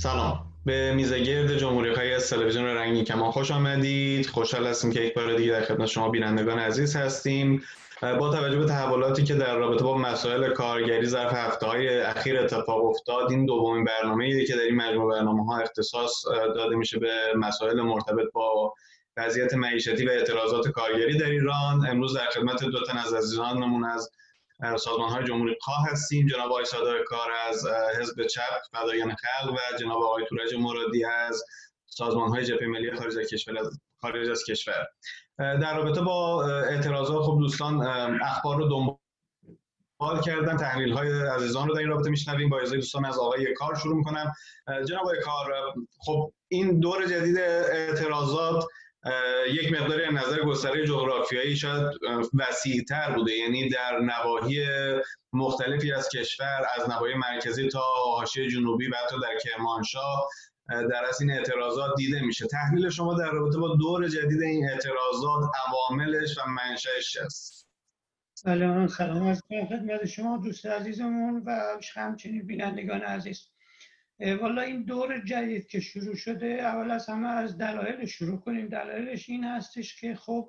سلام، به میزگرد جمهوری‌خواهی از تلویزیون رنگین کمان خوش آمدید. خوشحال هستیم که یک بار دیگه در خدمت شما بینندگان عزیز هستیم. با توجه به تحولاتی که در رابطه با مسائل کارگری ظرف هفته‌های اخیر اتفاق افتاد، این دومین برنامه‌ایه که در این مجموعه برنامه‌ها اختصاص داده میشه به مسائل مرتبط با وضعیت معیشتی و اعتراضات کارگری در ایران. امروز در خدمت دو تن از عزیزانمون از سازمان‌های جمهوری‌خواه هستیم، جناب آقای صادق کار از حزب چپ فدایان خلق و جناب آقای تورج مرادی از سازمان‌های جبهه ملی خارج از کشور. در رابطه با اعتراضات خب دوستان اخبار رو دنبال کردن، تحلیل‌های عزیزان رو در این رابطه میشنویم. با اجازه دوستان از آقای کار شروع می‌کنم. جناب آقای کار، خب این دور جدید اعتراضات یک مقداری از نظر گستره جغرافیایی شاید وسیع‌تر بوده، یعنی در نواحی مختلفی از کشور، از نواحی مرکزی تا حاشیه جنوبی و حتی در کرمانشاه در از این اعتراضات دیده میشه. تحلیل شما در رابطه با دور جدید این اعتراضات، عواملش و منشأش چیست؟ سلام از خدمت شما دوست عزیزمون و همچنین بینندگان عزیز. والا این دور جدید که شروع شده، اول از همه از دلایل شروع کنیم. دلایلش این هستش که خب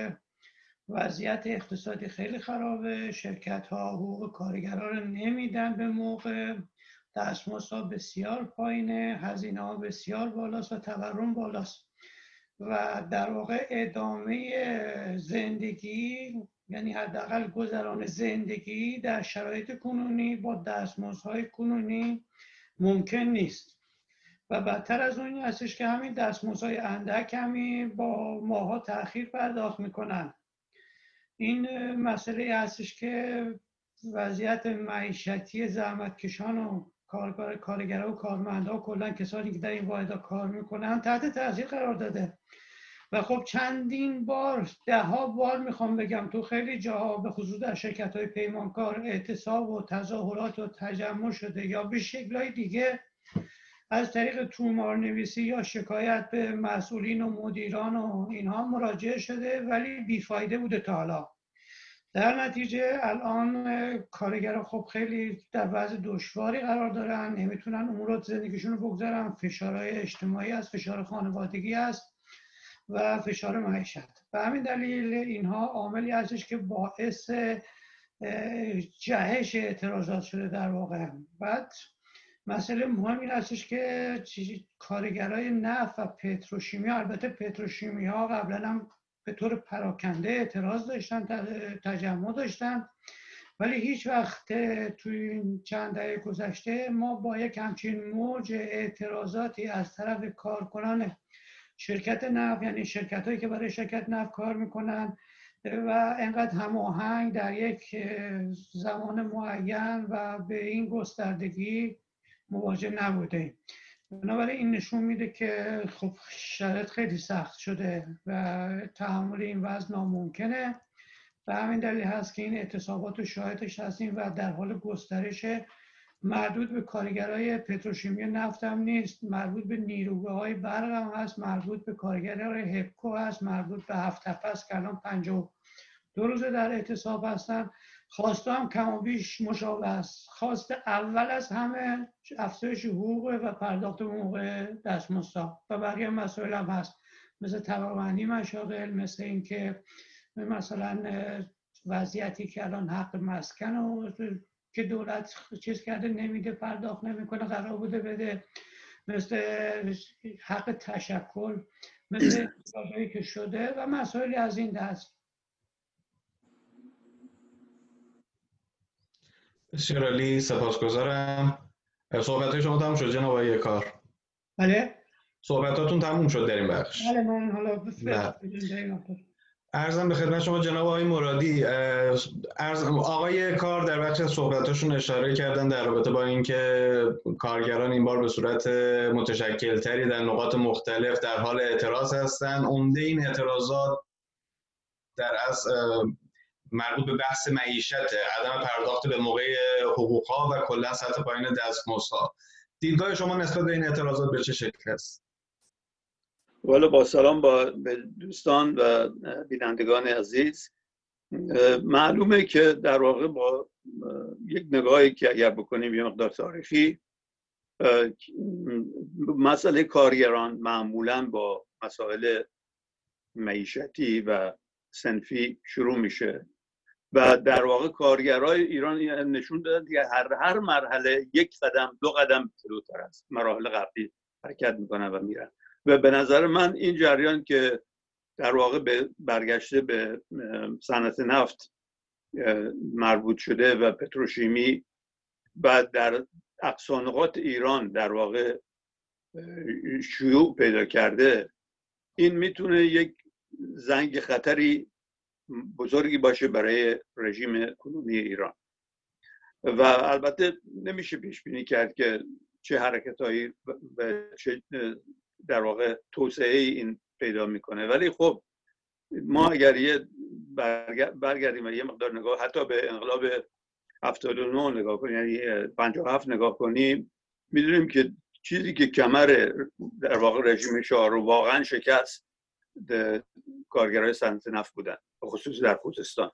وضعیت اقتصادی خیلی خرابه، شرکت ها حقوق کارگران رو نمیدن به موقع، دستمزدها بسیار پایینه، هزینه ها بسیار بالاست و تورم بالاست و در واقع ادامه زندگی، یعنی حداقل گذران زندگی در شرایط کنونی با دستمزدهای کنونی ممکن نیست و بدتر از اون هستش که همین دستمزدهای اندک همی با ماها تأخیر پرداخت میکنن. این مسئله هستش که وضعیت معیشتی زحمتکشان و کارگرها و کارمندها و کلا کسانی که در این واحدها کار میکنن تحت تاثیر قرار داده و خب چندین بار، ده ها بار میخوام بگم، تو خیلی جاها به خصوص در شرکت های پیمانکار اعتصاب و تظاهرات و تجمع شده یا به شکل‌های دیگه از طریق تومارنویسی یا شکایت به مسئولین و مدیران و اینها مراجعه شده، ولی بیفایده بوده تا حالا. در نتیجه الان کارگرها خب خیلی در وضع دشواری قرار دارن، نمیتونن امورات زندگیشون رو بگذارن، فشارهای اجتماعی است، فشار خانوادگی است و فشار معیشت. به همین دلیل اینها عاملی هستش که باعث جهش اعتراضات شده در واقع. بعد مسئله مهم این هستش که کارگرای نفت و پتروشیمی، البته پتروشیمی ها قبلا هم به طور پراکنده اعتراض داشتن، تجمع داشتن، ولی هیچ وقت توی این چند دهه گذشته ما با یک همچین موج اعتراضاتی از طرف کارکنان شرکت نفت، یعنی شرکت هایی که برای شرکت نفت کار میکنن و انقدر هماهنگ در یک زمان معین و به این گستردگی مواجه نبوده. بنابراین این نشون میده که خب شرایط خیلی سخت شده و تحمل این وضع ناممکنه. به همین دلیل هست که این اعتصابات رو شاهدش هستیم و در حال گسترش، مربوط به کارگرای پتروشیمی نفت هم نیست، مربوط به نیروگاه‌های برق هم هست، مربوط به کارگرای هپکو هست، مربوط به هفت تپه است که الان 52 روزه در اعتصاب هستن. خواسته هم کم و بیش مشابه است. خواسته اول از همه افزایش حقوق و پرداخت موقع دستمزدها و بقیه مسائل هم هست، مثل طبقه‌بندی مشاغل، مثل اینکه مثلا وضعیتی که الان حق مسکن و که دولت چیز کرده نمیده، پرداخت نمیکنه، قرار بوده بده، مثل حق تشکل، مثل اقتصادی که شده و مسائلی از این دست. بسیار عالی، سپاسگزارم. صحبت‌های شما تموم شد جناب آقای کار؟ بله؟ صحبتاتون تموم شد در این بخش؟ بله، من حالا بفرستم. عرضم به خدمت شما جناب آقای مرادی. آقای کار در بخش از صحبتاشون اشاره کردن در رابطه با اینکه کارگران این بار به صورت متشکل‌تری در نقاط مختلف در حال اعتراض هستند. عمده این اعتراضات در اصل مربوط به بحث معیشت، عدم پرداخت به موقع حقوق‌ها و کلا سطح پایین دستمزدها. دیدگاه شما نسبت به این اعتراضات به چه شکل است؟ والا با سلام به دوستان و بینندگان عزیز. معلومه که در واقع با یک نگاهی که اگر بکنیم یه مقدار تاریخی، مسئله کارگران معمولاً با مسائل معیشتی و صنفی شروع میشه و در واقع کارگرای ایران نشون دادن که هر مرحله یک قدم دو قدم جلوتر از مراحل قبلی حرکت میکنن و میرن و به نظر من این جریان که در واقع برگشته به صنعت نفت مربوط شده و پتروشیمی و در اقصا نقاط ایران در واقع شیوع پیدا کرده، این میتونه یک زنگ خطری بزرگی باشه برای رژیم کنونی ایران و البته نمیشه پیش بینی کرد که چه حرکتایی و چه در واقع توسعه این پیدا میکنه. ولی خب ما اگر یه برگردیم و یه مقدار نگاه حتی به انقلاب 79 نگاه کنیم، یعنی 57 نگاه کنیم، میدونیم که چیزی که کمر در واقع رژیم شاه رو واقعا شکست کارگرای صنعت نفت بودن، خصوص در خوزستان.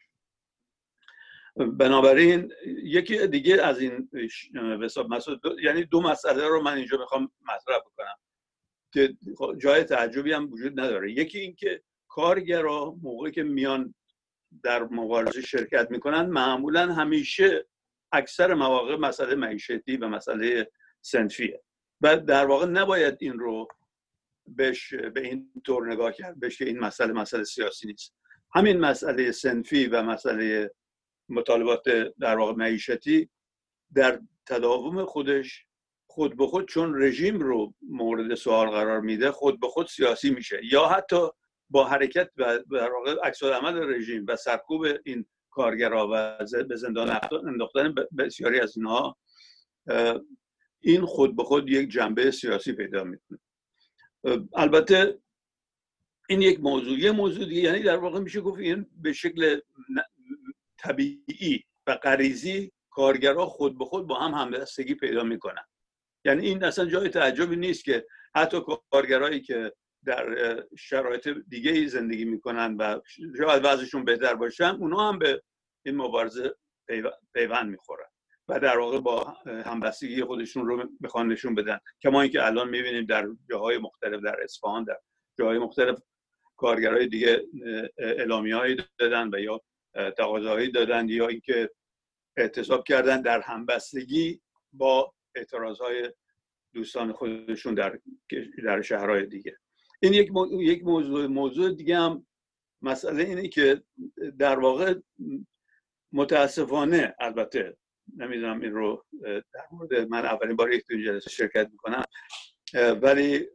بنابراین یکی دیگه از این یعنی دو مسئله رو من اینجا میخوام مطرح بکنم که جای تعجبی هم وجود نداره. یکی این که کارگرها موقعی که میان در مبارزه شرکت میکنن معمولا همیشه اکثر مواقع مسئله معیشتی و مسئله صنفیه و در واقع نباید این رو به این طور نگاه کرد بهش که این مسئله سیاسی نیست. همین مسئله صنفی و مسئله مطالبات در واقع معیشتی در تداوم خودش خود به خود، چون رژیم رو مورد سوال قرار میده، خود به خود سیاسی میشه، یا حتی با حرکت و در واقع عکس‌العمل رژیم و سرکوب این کارگرها و به زندان انداختن بسیاری از اینها، این خود به خود یک جنبه سیاسی پیدا میکنه. البته این یک موضوع دیگه، یعنی در واقع میشه گفت این به شکل طبیعی و غریزی کارگرها خود به خود با هم همبستگی پیدا میکنن. یعنی این اصلا جای تعجبی نیست که حتی کارگرایی که در شرایط دیگه زندگی میکنن و شاید وضعشون بهتر باشن، اونا هم به این مبارزه پیوند میخورن و در واقع با همبستگی خودشون رو میخوان نشون بدن. کما اینکه الان میبینیم در جاهای مختلف، در اصفهان، در جاهای مختلف، کارگرای دیگه اعلامیه‌هایی دادن و یا تقاضاهایی دادن یا اینکه اعتصاب کردن در همبستگی با اعتراضهای دوستان خودشون در شهرهای دیگه. این یک موضوع دیگه هم مسئله اینه که در واقع متاسفانه، البته نمیدونم این رو در مورد من اولین بار یک جلسه شرکت میکنم، ولی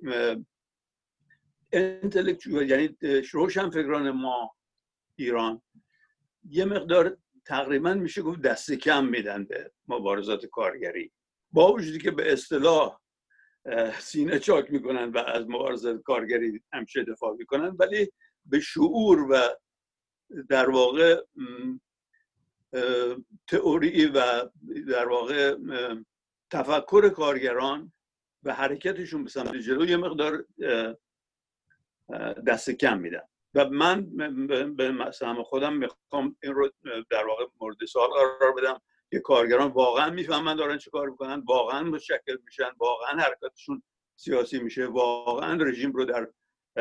یعنی روشنفکران ما ایران یه مقدار تقریبا میشه گفت دست کم میدن به مبارزات کارگری، با وجودی که به اصطلاح سینه چاک میکنن و از مبارزات کارگری همیشه دفاع میکنن، ولی به شعور و در واقع تئوری و در واقع تفکر کارگران و حرکتشون به سمت جلو یه مقدار دست کم میدن و من به مثلا خودم میخوام این رو در واقع مورد سوال قرار بدم که کارگران واقعا میفهمن دارن چه کار میکنن، واقعا متشکل میشن، واقعا حرکتشون سیاسی میشه، واقعا رژیم رو در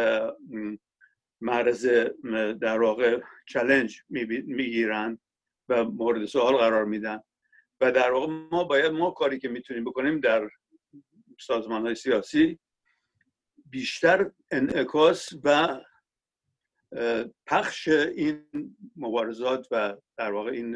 معرض در واقع چالش میگیرن و مورد سوال قرار میدن. و در واقع ما کاری که میتونیم بکنیم در سازمان‌های سیاسی بیشتر انعکاس و پخش این مبارزات و در واقع این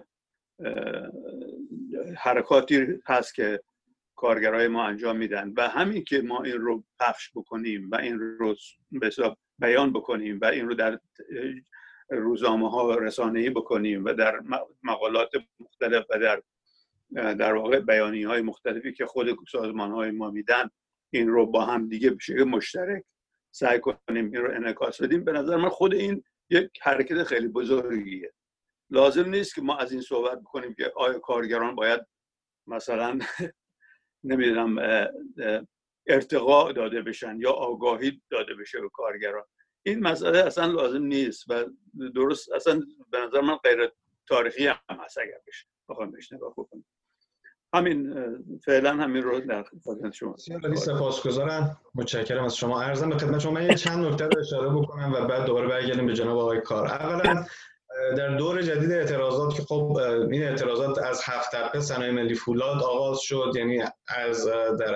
حرکاتی هست که کارگرای ما انجام میدن و همین که ما این رو پخش بکنیم و این رو به حساب بیان بکنیم و این رو در روزنامه‌ها رسانه‌ای بکنیم و در مقالات مختلف و در واقع بیانیه‌های مختلفی که خود سازمان‌های ما میدن، این رو با هم دیگه به شکل مشترک سعی کنیم این رو انعکاس بدیم. به نظر من خود این یک حرکت خیلی بزرگیه. لازم نیست که ما از این صحبت بکنیم که آیا کارگران باید مثلا نمیدونم ارتقا داده بشن یا آگاهی داده بشه به کارگران. این مسئله اصلا لازم نیست و درست اصلا به نظر من غیر تاریخی هم هست اگر بخوام بهش نگاه بکنیم. همین فعلا همین رو در خدمت شما. خیلی سپاسگزارم، متشکرم از شما. عرضم به خدمت شما من یه چند نکته رو اشاره بکنم و بعد دوباره برگردیم به جناب آقای کار. اولا در دور جدید اعتراضات که خب این اعتراضات از 7 تپه صنایع ملی فولاد آغاز شد، یعنی از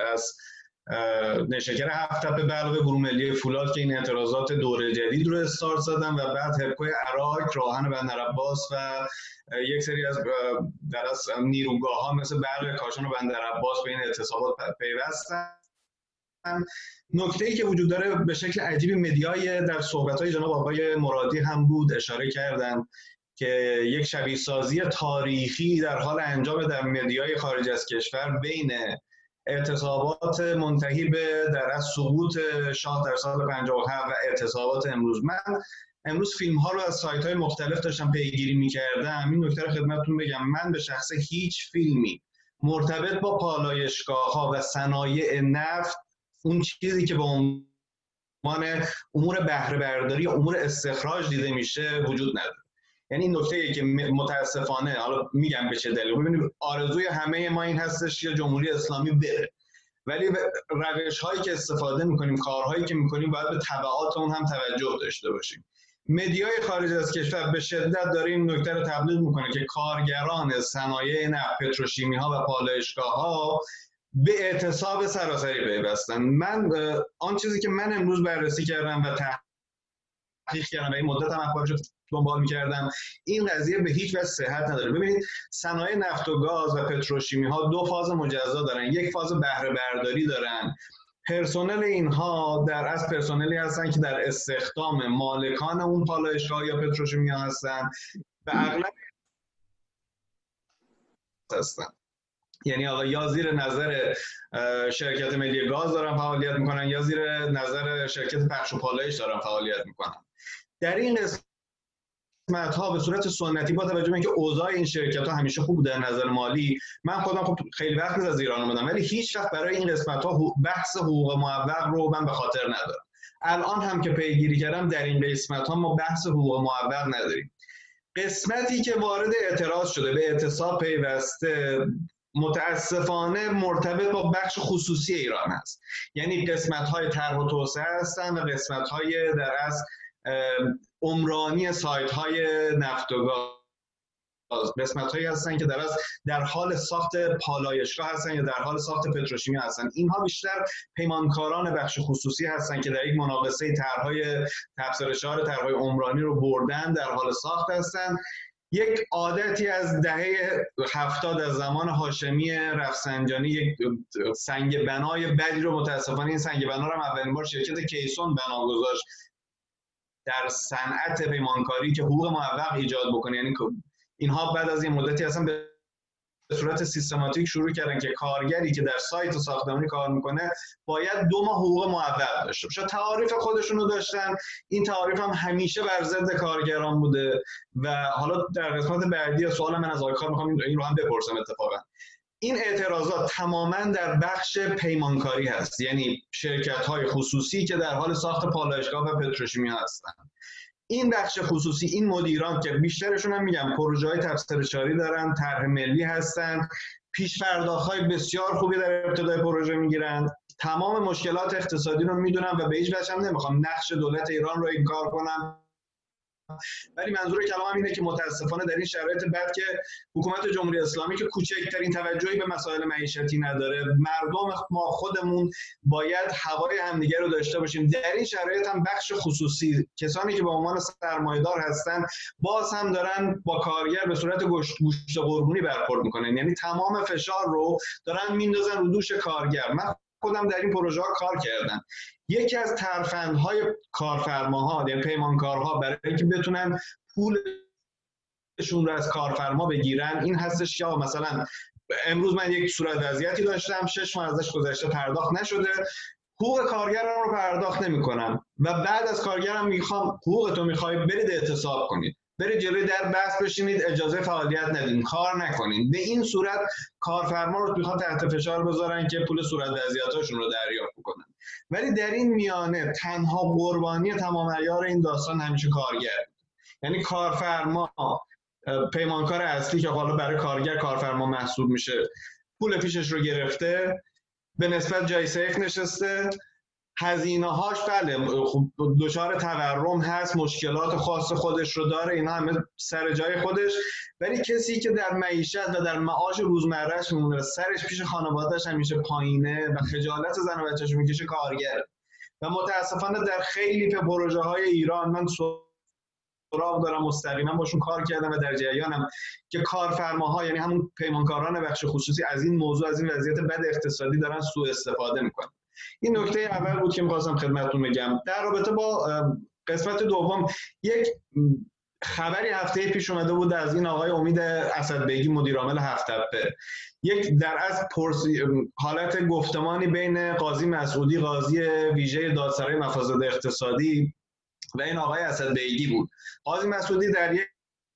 نیشکر 7 تپه به علاوه گروه ملی فولاد که این اعتراضات دور جدید رو استارت زدن و بعد هپکوی عراق، راهن بندرعباس و یک سری از نیروگاه‌ها مثل برق کاشان و بندرعباس به این اعتصابات پیوستن. نکته‌ای که وجود داره به شکل عجیبی مدیای در صحبت‌های جناب آقای مرادی هم بود اشاره کردن که یک شبیه سازی تاریخی در حال انجام در مدیای خارج از کشور بین اعتصابات منتهی به در از سقوط شاه در سال 57 و اعتصابات امروز. من امروز فیلم ها رو از سایت های مختلف داشتم پیگیری می‌کردم. این نکته رو خدمتتون بگم، من به شخص هیچ فیلمی مرتبط با پالایشگاه ها و صنایع نفت، اون چیزی که به عنوان امور بهره برداری یا امور استخراج دیده میشه وجود نداره. یعنی این نکته‌ای که متاسفانه، حالا میگم به چه دلیل، ببینید آرزوی همه ما این هستش که جمهوری اسلامی بره، ولی روش‌هایی که استفاده می‌کنیم، کارهایی که می‌کنیم باید به تبعات اون هم توجه داشته باشیم. مدیای خارج از کشور به شدت داره این نکته رو تبلیغ می‌کنه که کارگران صنایع نفت، پتروشیمی‌ها و پالایشگاه‌ها به اعتصاب سراسری پیوستن. من آن چیزی که من امروز بررسی کردم و تحقیق کردم و این مدت هم اخبارش رو دنبال می‌کردم، این قضیه به هیچ وجه صحت نداره. ببینید صنایع نفت و گاز و پتروشیمی‌ها 2 فاز مجزا دارن. یک فاز بهره برداری دارن. پرسنل اینها در از پرسنلی هستن که در استخدام مالکان اون پالایشگاه یا پتروشیمی هستن و اغلب هستن. یعنی حالا یا زیر نظر شرکت ملی گاز دارن فعالیت میکنن یا زیر نظر شرکت پخش و پالایش دارن فعالیت میکنن. در این قسمت ها به صورت سنتی با توجه به اینکه اوضاع این شرکت ها همیشه خوب بوده نظر مالی، من خودم خب خیلی وقت از ایران اومدم ولی هیچ وقت برای این قسمت ها بحث حقوق معوق رو من به خاطر ندارم. الان هم که پیگیری کردم در این قسمت ها ما بحث حقوق معوق نداریم. قسمتی که وارد اعتراض شده به اعتصاب پیوسته متاسفانه مرتبط با بخش خصوصی ایران هست. یعنی قسمت‌های طرح و توسعه هستن و قسمت‌های در اصل عمرانی سایت‌های نفت و گاز، قسمت‌هایی هستن که در حال ساخت پالایشگاه هستن یا در حال ساخت پتروشیمی هستن. اینها بیشتر پیمانکاران بخش خصوصی هستن که در یک مناقصه طرح‌های تفسیر شعار طرح‌های عمرانی رو بردن، در حال ساخت هستن. یک عادتی از دهه 70 از زمان هاشمی رفسنجانی یک سنگ بنای بدی رو متاسفانه این سنگ بنا رو هم اولین بار شرکت کیسون بنا گذاشت در صنعت پیمانکاری که حقوق معوق ایجاد بکنه. یعنی اینها بعد از این مدتی اصلا به صورت سیستماتیک شروع کردن که کارگری که در سایت ساختمانی کار میکنه باید 2 ماه حقوق معوق داشته باشه. تعاریف خودشونو داشتن، این تعاریف هم همیشه بر ضد کارگران بوده و حالا در قسمت بعدی سوال من از آقای کار میخوام این رو هم بپرسم. اتفاقا این اعتراضات تماما در بخش پیمانکاری هست، یعنی شرکت‌های خصوصی که در حال ساخت پالایشگاه و پتروشیمی هستن. این بخش خصوصی، این مدیران که بیشترشون هم میگم پروژه‌های تبصره‌چاری دارن، طرح ملی هستن، پیش پرداخت‌های بسیار خوبی در ابتدای پروژه میگیرن، تمام مشکلات اقتصادی رو میدونن و به هیچ وجه هم نمیخوام نقش دولت ایران رو انکار کنم، ولی منظور کلامم اینه که متاسفانه در این شرایط بعد که حکومت جمهوری اسلامی که کوچکترین توجهی به مسائل معیشتی نداره، مردم ما خودمون باید هوای همدیگه رو داشته باشیم. در این شرایط هم بخش خصوصی، کسانی که به عنوان سرمایه‌دار هستن، باز هم دارن با کارگر به صورت گوشت قربونی برخورد میکنن. یعنی تمام فشار رو دارن میندازن رو دوش کارگر. من خودم در این پروژه ها کار کردم. یکی از ترفندهای کارفرماها، یعنی پیمانکارها، برای اینکه بتونن پولشون رو از کارفرما بگیرن این هستش که مثلا امروز من یک صورت وضعیتی داشتم 6 ماه ازش گذشته پرداخت نشده، حقوق کارگرم رو پرداخت نمی‌کنم و بعد از کارگرم میخوام حقوقتو میخوای برید اعتصاب کنید، برید جلوی در بحث بشینید، اجازه فعالیت ندین، کار نکنین. به این صورت کارفرما رو میخوان تحت فشار بذارن که پول صورت وضعیتاشون رو دریافت کنن. ولی در این میانه تنها قربانی تمام عیار این داستان همیشه کارگر. یعنی کارفرما، پیمانکار اصلی که حالا برای کارگر کارفرما محسوب میشه، پول پیشش رو گرفته، به نسبت جای سیف نشسته، هزینه هاش بله خب دچار تورم هست، مشکلات خاص خودش رو داره، اینا همه سر جای خودش، ولی کسی که در معیشت و در معاش روزمرهش میمونه، سرش پیش خانواده‌اش همیشه پایینه و خجالت زن و بچه‌ش میکشه، کارگر. و متاسفانه در خیلی پروژه های ایران من سراغ دارم، مستقیما باشون کار کردم و در جریانم که کارفرماها، یعنی همون پیمانکاران بخش خصوصی، از این موضوع، از این وضعیت بد اقتصادی دارن سوء استفاده میکنن. این نکته اول بود که می‌خواستم خدمتتون بگم. در رابطه با قسمت دوم، یک خبری هفته پیش اومده بود از این آقای امید اسدبیگی، مدیر عامل هفت تپه. یک در از حالت گفتمانی بین قاضی مسعودی، قاضی ویژه دادسرای مفاسد اقتصادی، و این آقای اسدبیگی بود. قاضی مسعودی در یک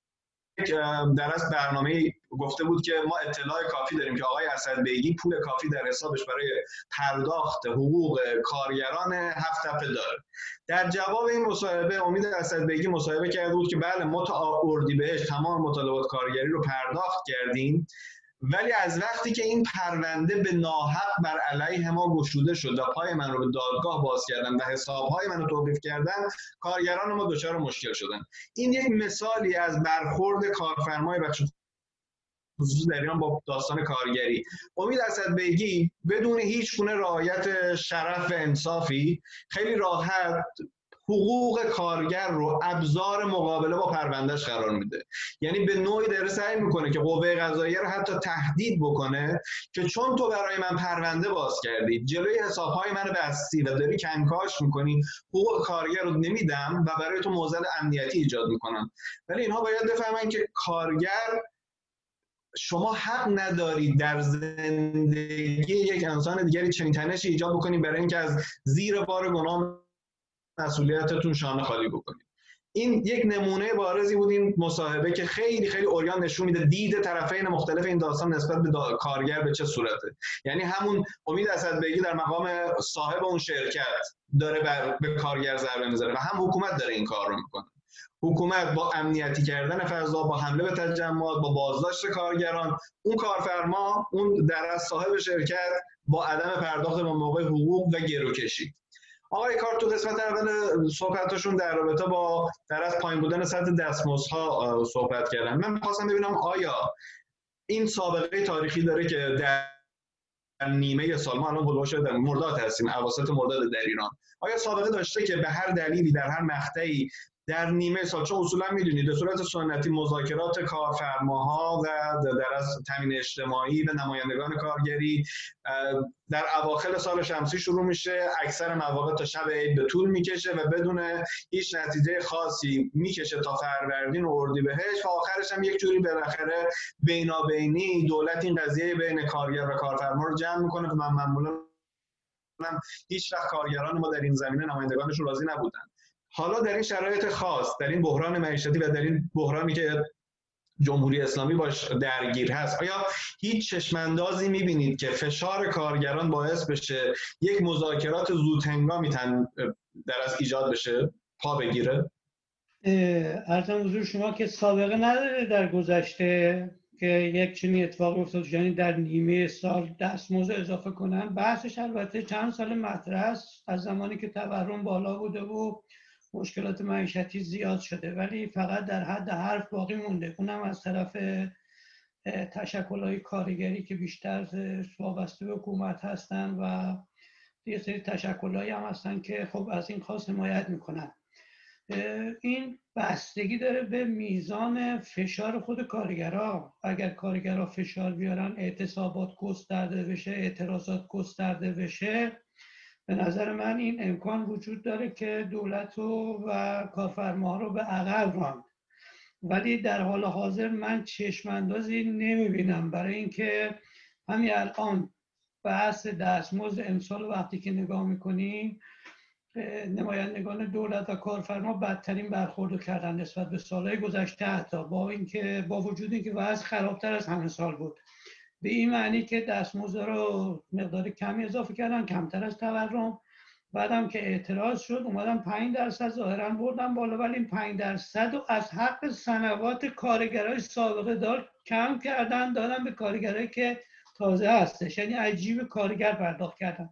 از برنامه گفته بود که ما اطلاع کافی داریم که آقای اسدبیگی پول کافی در حسابش برای پرداخت حقوق کارگران هفت تپه داره. در جواب این مصاحبه امید اسدبیگی مصاحبه کرده بود که بله ما تا اردیبهشت تمام مطالبات کارگری رو پرداخت کردیم، ولی از وقتی که این پرونده به ناحق بر علیه ما گشوده شد و پای من رو به دادگاه باز کردن و حسابهای من رو توقیف کردن، کارگران ما دچار مشکل شدن. این یک مثالی از برخورد کارفرمای بخش خصوصی در ایران با داستان کارگری. امید اسدبیگی بدون هیچ گونه رعایت شرف و انصافی خیلی راحت حقوق کارگر رو ابزار مقابله با پروندهش قرار میده. یعنی به نوعی داره سعی میکنه که قوه قضاییه رو حتی تهدید بکنه که چون تو برای من پرونده باز کردی، جلوی حسابهای منو بستی و داری کنکاش میکنی، حقوق کارگر رو نمیدم و برای تو معضل امنیتی ایجاد میکنم. ولی اینها باید بفهمن که کارگر، شما حق ندارید در زندگی یک انسان دیگری چنین تنشی ایجاد بکنید برای اینکه از زیر بار گناه مسئولیتتون شانه خالی بکنید. این یک نمونه بارزی بود، این مصاحبه که خیلی خیلی عریان نشون میده دید طرفین مختلف این داستان نسبت به کارگر به چه صورته. یعنی همون امید اسدبیگی در مقام صاحب اون شرکت داره به کارگر ضربه میزنه و هم حکومت داره این کار رو میکنه. حکومت با امنیتی کردن فضا، با حمله به تجمعات، با بازداشت کارگران، اون کارفرما، اون در از صاحب شرکت با عدم پرداخت به موقع حقوق و گروکشی. آقای کار تو قسمت اول صحبتاشون در رابطه با در از پایین بودن سطح دستمزدها صحبت کردن. من می‌خواستم ببینم آیا این سابقه تاریخی داره که در نیمه سال، ما الان بلوش در مرداد هستیم، اواسط مرداد در ایران، آیا سابقه داشته که به هر دلیلی در هر مقطعی در نیمه سال، چون اصولا میدونید به صورت سنتی مذاکرات کارفرماها و در از تامین اجتماعی و نمایندگان کارگری در اواخر سال شمسی شروع میشه، اکثر مواقع تا شب عید به طول میکشه و بدون هیچ نتیجه خاصی میکشه تا فروردین و اردیبهشت و آخرش هم یک جوری بالاخره بینابینی دولت این قضیه بین کارگر و کارفرما رو جمع میکنه و من معمولا هیچ وقت کارگران ما در این زمینه نمایندگانشون راضی نبودن. حالا در این شرایط خاص، در این بحران معیشتی و در این بحرانی که جمهوری اسلامی باش درگیر هست، آیا هیچ چشماندازی می‌بینید که فشار کارگران باعث بشه یک مذاکرات زودهنگامی در از ایجاد بشه، پا بگیره؟ عرضم حضور شما که سابقه نداره در گذشته که یک چنین اتفاقی افتاد، یعنی در نیمه سال دستمزد اضافه کنن. بحثش البته چند سال مطرح است، از زمانی که تورم بالا بوده و مشکلات معیشتی زیاد شده، ولی فقط در حد حرف باقی مونده، اونم از طرف تشکل‌های کارگری که بیشتر وابسته به حکومت هستن و یه سری تشکل‌هایی هم هستن که خب از این خواست حمایت میکنن. این بستگی داره به میزان فشار خود کارگرها. اگر کارگرها فشار بیارن، اعتصابات گسترده بشه، اعتراضات گسترده بشه، به نظر من این امکان وجود داره که دولت و کارفرماها رو به عقب راند. ولی در حال حاضر من چشماندازی نمیبینم، برای اینکه همین الان بحث دستمزد امسال وقتی که نگاه میکنیم، نمایندگان دولت و کارفرما بدترین برخورد کردن نسبت به سالهای گذشته، حتی با وجود اینکه وضع خرابتر از همه سال بود. به این معنی که دستمزد رو مقدار کمی اضافه کردن، کمتر از تورم. بعدم که اعتراض شد اومدن 5% ظاهرا بردن بالا، ولی این 5% رو از حق سنوات کارگرای سابقه دار کم کردن، دادن به کارگرایی که تازه هستش، یعنی عجیب کارگر پرداخت کردن.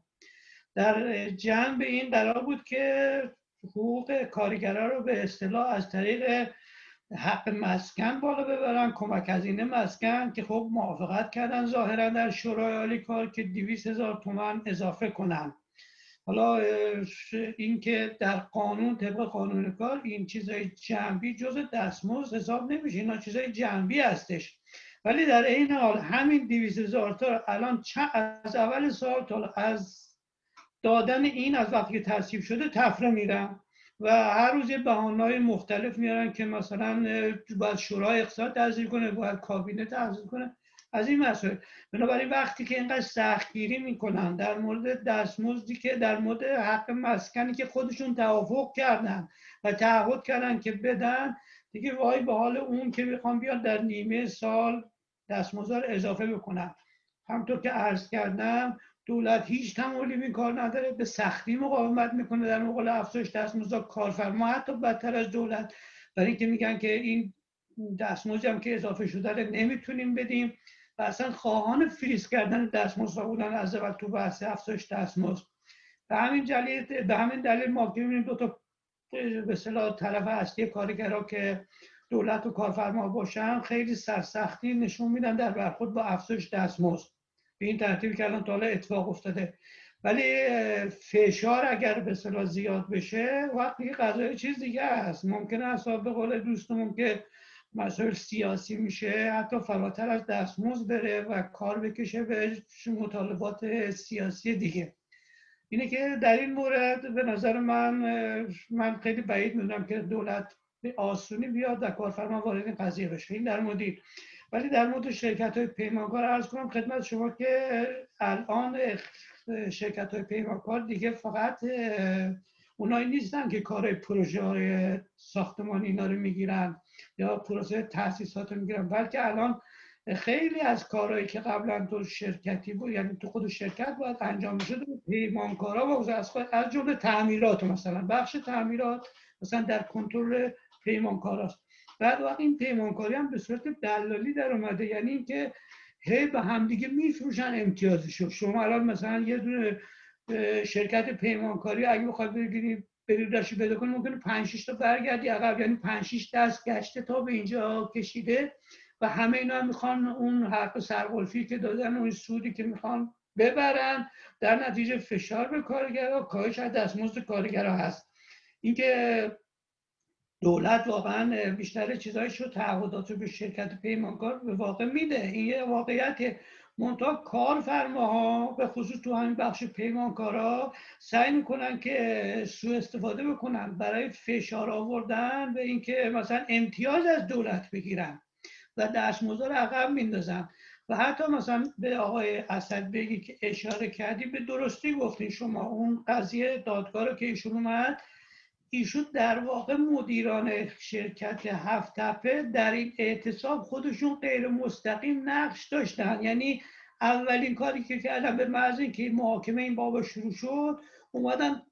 در جنب این قرار بود که حقوق کارگران رو به اصطلاح از طریق حق مسکن بالا ببرن، کمک هزینه مسکن، که خب موافقت کردن ظاهرا در شورای عالی کار که 200,000 تومان اضافه کنن. حالا این که در قانون، طبق قانون کار، این چیزای جنبی جزء دستمزد حساب نمیشه، اینا چیزای جنبی هستش. ولی در این حال همین 200,000 تا الان از اول سال تا از دادن این، از وقتی که تصویب شده تفره میرن و هر روز بهانه‌های مختلف میارن که مثلا باید شورای اقتصاد تصویب کنه، باید کابینه تصویب کنه، از این مسائل. بنابراین وقتی که اینقدر سختگیری میکنن در مورد دستمزدی، که در مورد حق مسکنی که خودشون توافق کردن و تعهد کردن که بدن، دیگه وای به حال اون که میخوان بیان در نیمه سال دستمزد رو اضافه بکنن. همونطور که عرض کردم دولت هیچ تمایلی به این کار نداره، به سختی مقاومت میکنه در مقابل افزایش دستمزد کارفرما، حتی بدتر از دولت، برای اینکه میگن که این دستمزدی هم که اضافه شده رو نمیتونیم بدیم و اصلا خواهان فریز کردن دستمزد بودن از اول تو بحث افزایش دستمزد. به همین دلیل ما که میبینیم دو تا به اصطلاح طرف اصلی کارگرها که دولت و کارفرما باشن خیلی سرسختی نشون میدن در برخورد با افزایش دستمزد، به این ترتیب که الان تا حالا اتفاق افتاده. ولی فشار اگر به اصطلاح زیاد بشه وقتی قضیه چیز دیگه است، ممکنه اصلا به قول دوستمون که مسائل سیاسی میشه حتی فراتر از دستمزد بره و کار بکشه به مطالبات سیاسی دیگه. اینه که در این مورد به نظر من خیلی بعید میدونم که دولت به آسونی بیاد و کارفرما وارد این قضیه بشه. این در مورد، ولی در مورد شرکت‌های پیمانکار عرض کنم خدمت شما که الان شرکت‌های پیمانکار دیگه فقط اونایی نیستن که کارهای پروژه‌های ساختمانی اینا رو میگیرن یا پروسه تأسیسات رو میگیرن، بلکه الان خیلی از کارهایی که قبلا تو شرکتی بود، یعنی تو خود شرکت باید انجام میشد، پیمانکارا و از جمله تعمیرات، مثلا بخش تعمیرات مثلا در کنترل پیمانکاراست. بعد وقت این پیمانکاری هم به صورت دلالی در اومده، یعنی اینکه هی به همدیگه میفروشن امتیازشو. شما الان مثلا یه دونه شرکت پیمانکاری اگه بخواد بگیری بریدشی پیدا کنی ممکنه 5-6 تا برگردی عقب، یعنی 5-6 دست گشته تا به اینجا کشیده و همه اینا هم میخوان اون حق سرقلفی که دادن، اون سودی که میخوان ببرن، در نتیجه فشار به کارگرها، کاهش از دستمزد کارگرها هست. اینکه دولت واقعا بیشتر چیزایشو تعهداتو به شرکت پیمانکار به واقع میده، این یه واقعیت. منتها کارفرماها به خصوص تو همین بخش پیمانکارا سعی میکنن که سوء استفاده بکنن برای فشار آوردن به اینکه مثلا امتیاز از دولت بگیرن و دستمزد رو عقب میندازن. و حتی مثلا به آقای اسدبگی که اشاره کردی به درستی گفتین شما، اون قضیه دادگاه رو که ایشون اومد، ایشون در واقع مدیران شرکت 7 تپه در این اعتصاب خودشون غیر مستقیم نقش داشتن. یعنی اولین کاری که کردن به محض اینکه محاکمه این بابا شروع شد اومدن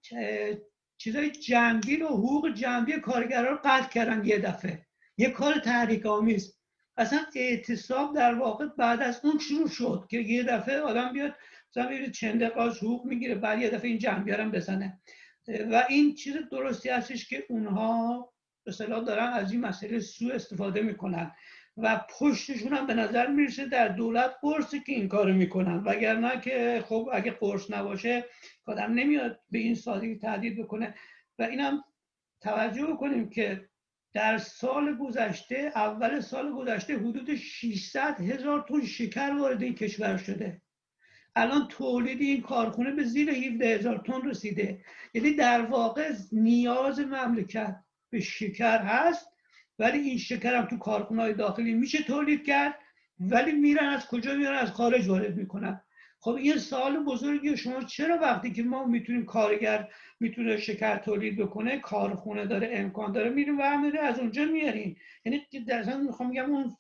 چیزای جنبی رو، حقوق جنبی کارگران رو قطع کردن یه دفعه. یه کار تحریک آمیز. اصلا اعتصاب در واقع بعد از اون شروع شد که یه دفعه آدم بیاد مثلا میره چند دقیقه حقوق میگیره، بعد یه دفعه این جنبی رو بزنه. و این چیز درستی هستش که اونها به اصطلاح دارن از این مسئله سوء استفاده میکنن و پشتشون هم به نظر میرسه در دولت قرصی که این کارو میکنن، وگرنه که خب اگه قرص نباشه آدم نمیاد به این سادگی تهدید بکنه. و اینم توجه بکنیم که در سال گذشته، اول سال گذشته، حدود 600,000 تن شکر وارد این کشور شده. الان تولید این کارخونه به زیر 17,000 تن رسیده. یعنی در واقع نیاز مملکت به شکر هست، ولی این شکر هم تو کارخونه‌های داخلی میشه تولید کرد، ولی میرن از کجا میرن؟ از خارج وارد میکنن. خب این سوال بزرگیه، شما چرا وقتی که ما میتونیم کارگر میتونه شکر تولید بکنه، کارخونه داره، امکان داره، میریم و همه از اونجا میارین؟ یعنی در اصل میخوام بگم اون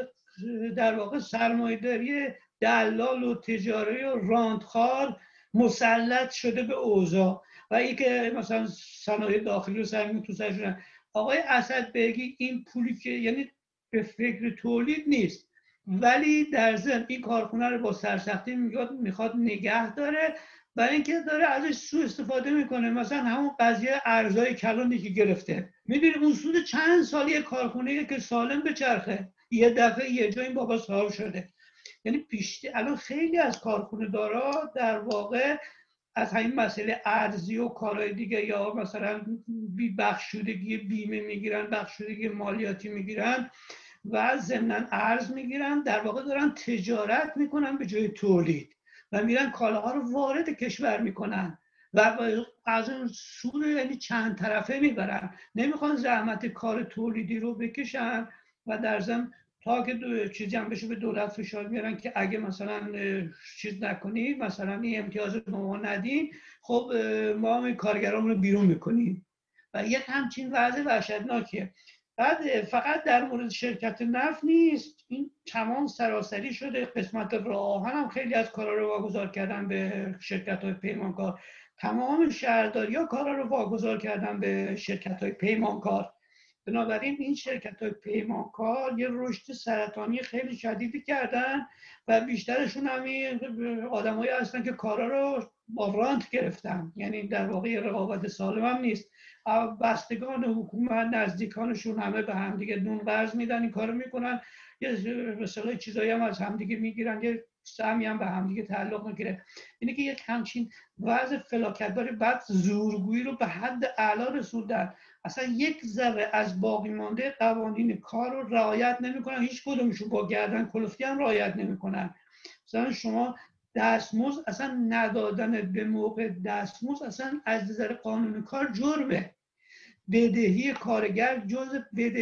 در واقع سرمایه‌داری دلال و تجاری و راندخوار مسلط شده به اوضاع و این که مثلا صنایع داخلی رو سرمایه تو سرشون. آقای اسدبگی این پولی که یعنی به فکر تولید نیست ولی در ضمن این کارخونه رو با سرسختی میخواد نگه داره، برای اینکه داره ازش سوء استفاده میکنه. مثلا همون قضیه ارزهای کلانی که گرفته، میدونی اصول چند سالی کارخونه که سالم بچرخه، یه دفعه یه جا این بابا صاحب شده. یعنی الان خیلی از کارخونه دارا در واقع از همین مسئله ارزی و کارهای دیگه، یا مثلا بخشودگی بیمه میگیرن، بخشودگی مالیاتی میگیرن و ضمناً ارز میگیرن، در واقع دارن تجارت میکنن به جای تولید و میرن کالاها رو وارد کشور میکنن و از اون سود یعنی چند طرفه میبرن، نمیخوان زحمت کار تولیدی رو بکشن و در ضمن تا که چیزی هم بشه به دولت فشار میارن که اگه مثلا چیز نکنید، مثلا این امتیاز به ما ندین، خب ما هم کارگرامون رو بیرون میکنیم و یک همچین وضع وحشتناکیه. بعد فقط در مورد شرکت نفت نیست، این تمام سراسری شده. قسمت راه آهن هم خیلی از کارا رو واگذار کردن به شرکت‌های پیمانکار، تمام شهرداری‌ها کارا رو واگذار کردن به شرکت‌های پیمانکار. بنابراین این شرکت‌های پیمانکار یه رشد سرطانی خیلی شدیدی کردن و بیشترشون همین آدمایی هستن که کارا رو با رانت گرفتن، یعنی در واقع رقابت سالم هم نیست. بستگان حکومت نزدیکانشون همه به همدیگه نون قرض میدن، این کارو میکنن، یه مثلا چیزایی هم از همدیگه میگیرن، یه سهمی هم به همدیگه تعلق میگیره. اینه که یک همچین وضع فلاکتباری، بعد زورگویی رو به حد اعلا رسوندن. اصلا یک ذره از باقی مانده قوانین کار رو رعایت نمیکنن، هیچ کدومشون با گردن کلفتی هم رعایت نمیکنن. مثلا شما دستمزد اصلا ندادن به موقع دستمزد اصلا از نظر قانون کار جرمه. بدهی کارگر جزء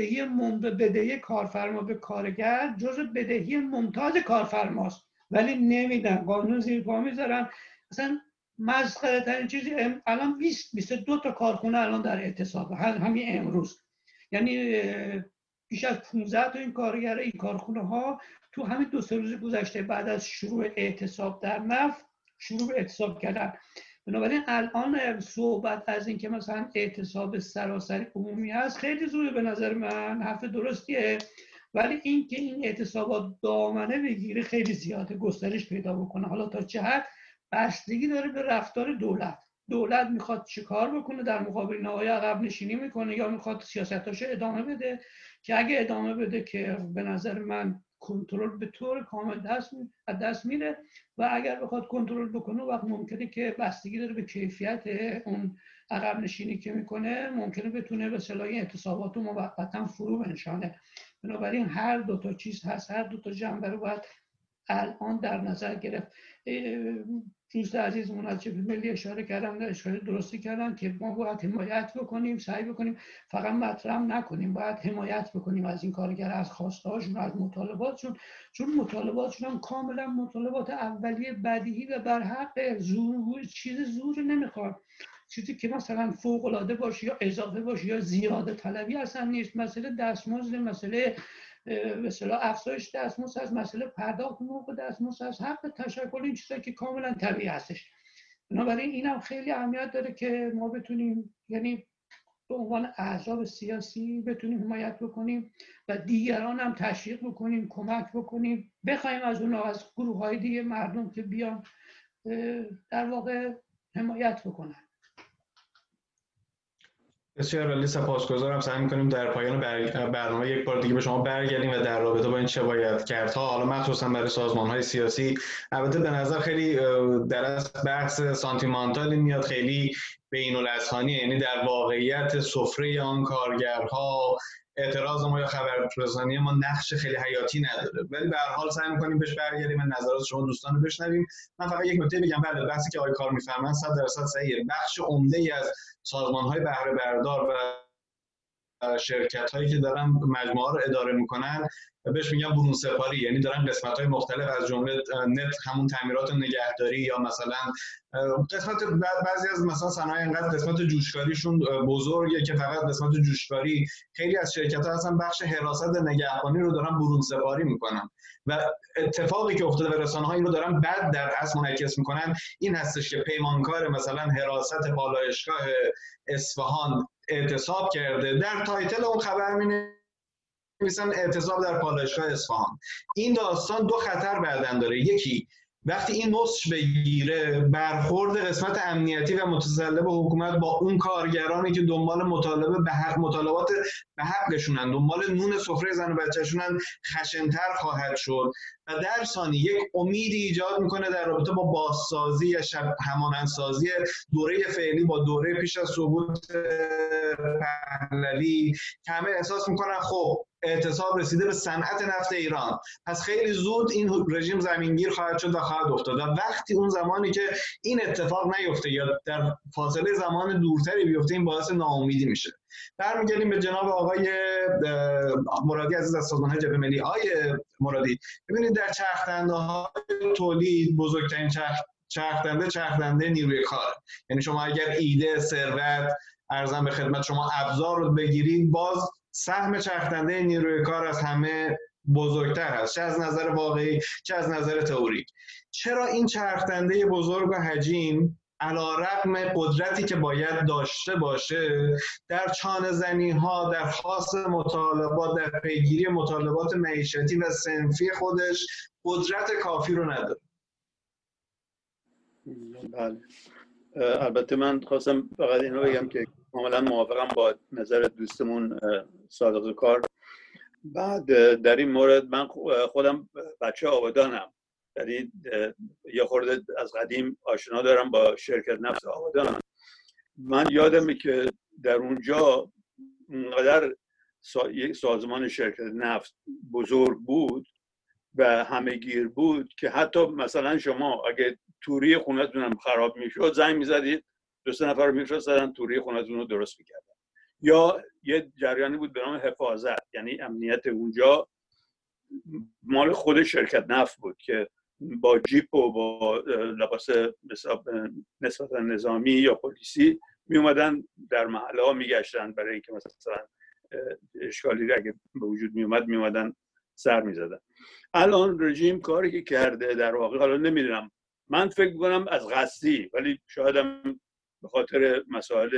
بدهی کارفرما به کارگر جزء بدهی ممتاز کارفرماست، ولی نمیدن، قانون زیر پا میذارن. اصلا مسخره ترین چیزی الان 22 تا کارخونه الان در اعتصاب همین امروز، یعنی بیش از 15 تا این کارگر این کارخونه ها تو همین 2-3 روز گذشته بعد از شروع اعتصاب در نفت شروع به اعتصاب کردن. بنابراین الان صحبت از این که مثلا اعتصاب سراسری عمومی هست خیلی زوده به نظر من، حرف درستیه، ولی این که این اعتصابات دامنه بگیره خیلی زیاده، گسترش پیدا بکنه. حالا تا چه حد بستگی داره به رفتار دولت میخواد چه کار بکنه، در مقابل نهایی عقب نشینی میکنه یا میخواد سیاستاشو ادامه بده، که اگه ادامه بده که به نظر من کنترل به طور کامل دست میره، و اگر بخواد کنترل بکنه وقت ممکنه که بستگی داره به کیفیت اون عقب نشینی که میکنه، ممکنه بتونه به اصطلاح اعتصابات رو موقتا فرو بنشانه. بنابراین هر دو تا چیز هست، هر دو تا جنبه رو باید الان در نظر گرفت. دوست عزیزمون از جبهه ملی اشاره کردن، اشاره درستی کردن که ما باید حمایت بکنیم، سعی بکنیم فقط مطرح نکنیم، باید حمایت بکنیم از این کارگر، از خواستهاشون، از مطالباتشون، چون مطالباتشون هم کاملا مطالبات اولیه بدیهی و برحق، چیز زور نمیخواد، چیزی که مثلا فوق العاده باشه یا اضافه باشه یا زیاده طلبی اصلا نیست. مسئله دستمزد، مسئله به اصطلاح افزایش دستمزد هست، مسئله پرداخت موقع دستمزد هست، حق تشکل، این چیزایی که کاملا طبیعی هستش. بنابراین این هم خیلی اهمیت داره که ما بتونیم، یعنی به عنوان احزاب سیاسی بتونیم حمایت بکنیم و دیگران هم تشویق بکنیم، کمک بکنیم، بخوایم از اونها، از گروه‌های دیگه مردم که بیان در واقع حمایت بکنن. بسیار عالی، سپاسگزارم. سعی می‌کنیم در پایان برنامه یک بار دیگه به شما برگردیم و در رابطه با این چه باید کردها، حالا مخصوصا برای سازمان‌های سیاسی، البته به نظر خیلی در اصل بحث سانتیمانتالی میاد، خیلی بین‌الاذهانیه، یعنی در واقعیت سفره آن کارگرها اعتراض ما یا خبررسانی ما نقش خیلی حیاتی نداره، ولی به هر حال سعی می‌کنیم بهش برگردیم و نظرات شما دوستان رو بشنویم. من فقط یک نکته بگم، بله بحثی که آقای کار می‌فرمایند 100% صحیحه. بخش عمده‌ای از سازمان‌های بهره بردار و شرکت‌هایی که دارن مجموعه رو اداره می‌کنن بهش میگن برون سپاری، یعنی دارن قسمت‌های مختلف از جمله نت، همون تعمیرات نگهداری، یا مثلا قسمت بعضی از مثلا صنایع انقدر قسمت جوشکاریشون بزرگه که فقط قسمت جوشکاری، خیلی از شرکت‌ها هستن بخش حراست نگهبانی رو دارن برون سپاری می‌کنن و اتفاقی که افتاده و رسانه‌ها این رو دارن بعد در اصل منعکس می‌کنن این هستش که پیمانکار مثلا حراست پالایشگاه اصفهان اعتصاب کرده، در تایتل اون خبر می‌نویسن اعتصاب در پالایشگاه اصفهان. این داستان دو خطر بعدن داره. یکی وقتی این نصش بگیره، برخورد قسمت امنیتی و متسلب حکومت با اون کارگرانی که دنبال مطالبات به حقشونن، دنبال نون سفره زن و بچه‌شونن، خشن‌تر خواهد شد و در ثانی یک امیدی ایجاد میکنه در رابطه با بازسازی یا همانندسازی دوره فعلی با دوره پیش از سقوط پهلوی که همه احساس میکنن خب اعتصاب رسیده به صنعت نفت ایران، پس خیلی زود این رژیم زمینگیر خواهد شد و خواهد افتاد. و وقتی اون زمانی که این اتفاق نیفته یا در فاصله زمان دورتری بیفته، این باعث ناامیدی میشه. برمیگردیم به جناب آقای مرادی عزیز از سازمان جبهه ملی. آقای مرادی، ببینید در چرخ‌دنده‌های تولید بزرگترین چرخ‌دنده نیروی کار. یعنی شما اگر ایده، ثروت، ارزم به خدمت شما ابزار رو بگیرید، باز سهم چرخ‌دنده نیروی کار از همه بزرگتر هست، چه از نظر واقعی چه از نظر تئوریک. چرا این چرخ‌دنده بزرگ و حجیم علی‌رغم قدرتی که باید داشته باشه، در چانه‌زنی‌ها، در خواست مطالبات، در پیگیری مطالبات معیشتی و صنفی خودش قدرت کافی رو نداره؟ بله، البته من خواستم فقط اینو بگم که کاملا موافقم با نظر دوستمون صادق کار. بعد در این مورد من خودم بچه آبادانم، یعنی یه خورده از قدیم آشنا دارم با شرکت نفت آبادان. من یادمه که در اونجا اونقدر یک سازمان شرکت نفت بزرگ بود و همه‌گیر بود که حتی مثلا شما اگه توری خونتون هم خراب میشد، زنگ میزدید، 2-3 نفر رو میفرستادن توری خونتون رو درست میکردن. یا یه جریانی بود به نام حفاظت، یعنی امنیت اونجا مال خود شرکت نفت بود که با جیپ و با لباس نسبتا نظامی یا پلیسی می اومدن در محله ها میگشتن برای اینکه مثلا اشکالی اگه به وجود می اومدن سر میزدن. الان رژیم کاری که کرده در واقع، حالا نمیدونم، من فکر میکنم از قصدی، ولی شاید هم به خاطر مسائل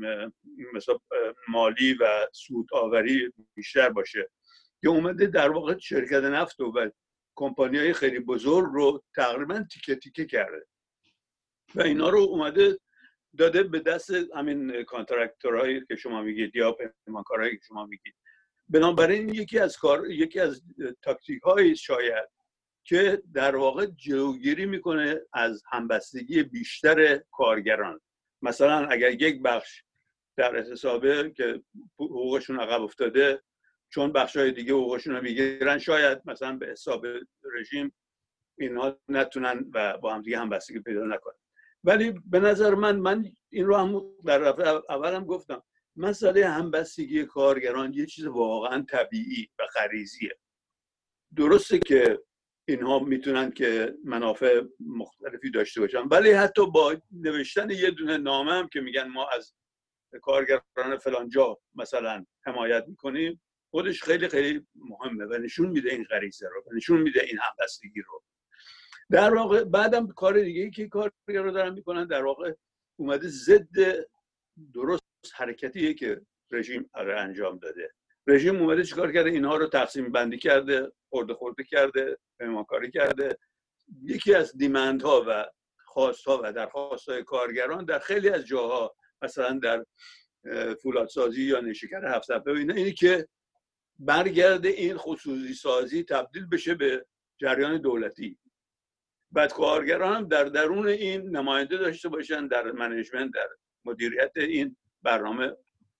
مالی و سود آوری بیشتر باشه، که اومده در واقع شرکت نفت و کمپانی‌های خیلی بزرگ رو تقریبا تیکه تیکه کرده و اینا رو اومده داده به دست همین کانترکتورهایی که شما میگید یا پیمانکارهایی که شما میگید. بنابراین یکی از تاکتیک‌های شاید که در واقع جلوگیری میکنه از همبستگی بیشتر کارگران. مثلا اگر یک بخش در اعتصابه که حقوقشون عقب افتاده، چون بخش‌های دیگه حقوقشون رو میگیرن، شاید مثلا به حساب رژیم اینها نتونن و با هم دیگه همبستگی پیدا نکنن. ولی به نظر من این رو هم در اولم گفتم، مسئله همبستگی کارگران یه چیز واقعا طبیعی و غریزیه. درسته که اینها میتونن که منافع مختلفی داشته باشن، ولی حتی با نوشتن یه دونه نامه هم که میگن ما از کارگران فلان جا مثلا حمایت میکنیم، خودش خیلی خیلی مهمه و نشون میده این غریزه رو و نشون میده این همبستگی رو. در واقع بعدم کار دیگه ای که کارگران دارن میکنن در واقع اومده ضد درست حرکتیه که رژیم انجام داده. رژیم اومده چیکار کرده؟ اینها رو تقسیم بندی کرده، خورده کرده، پیمانکاری کرده. یکی از دیمندها و خواستها و درخواستهای کارگران در خیلی از جاها، مثلا در فولادسازی یا نیشکر 7 صفحه و اینه، اینی که برگرده این خصوصی سازی تبدیل بشه به جریان دولتی. بعد کارگران هم در درون این نماینده داشته باشن، در منیجمنت، در مدیریت این برنامه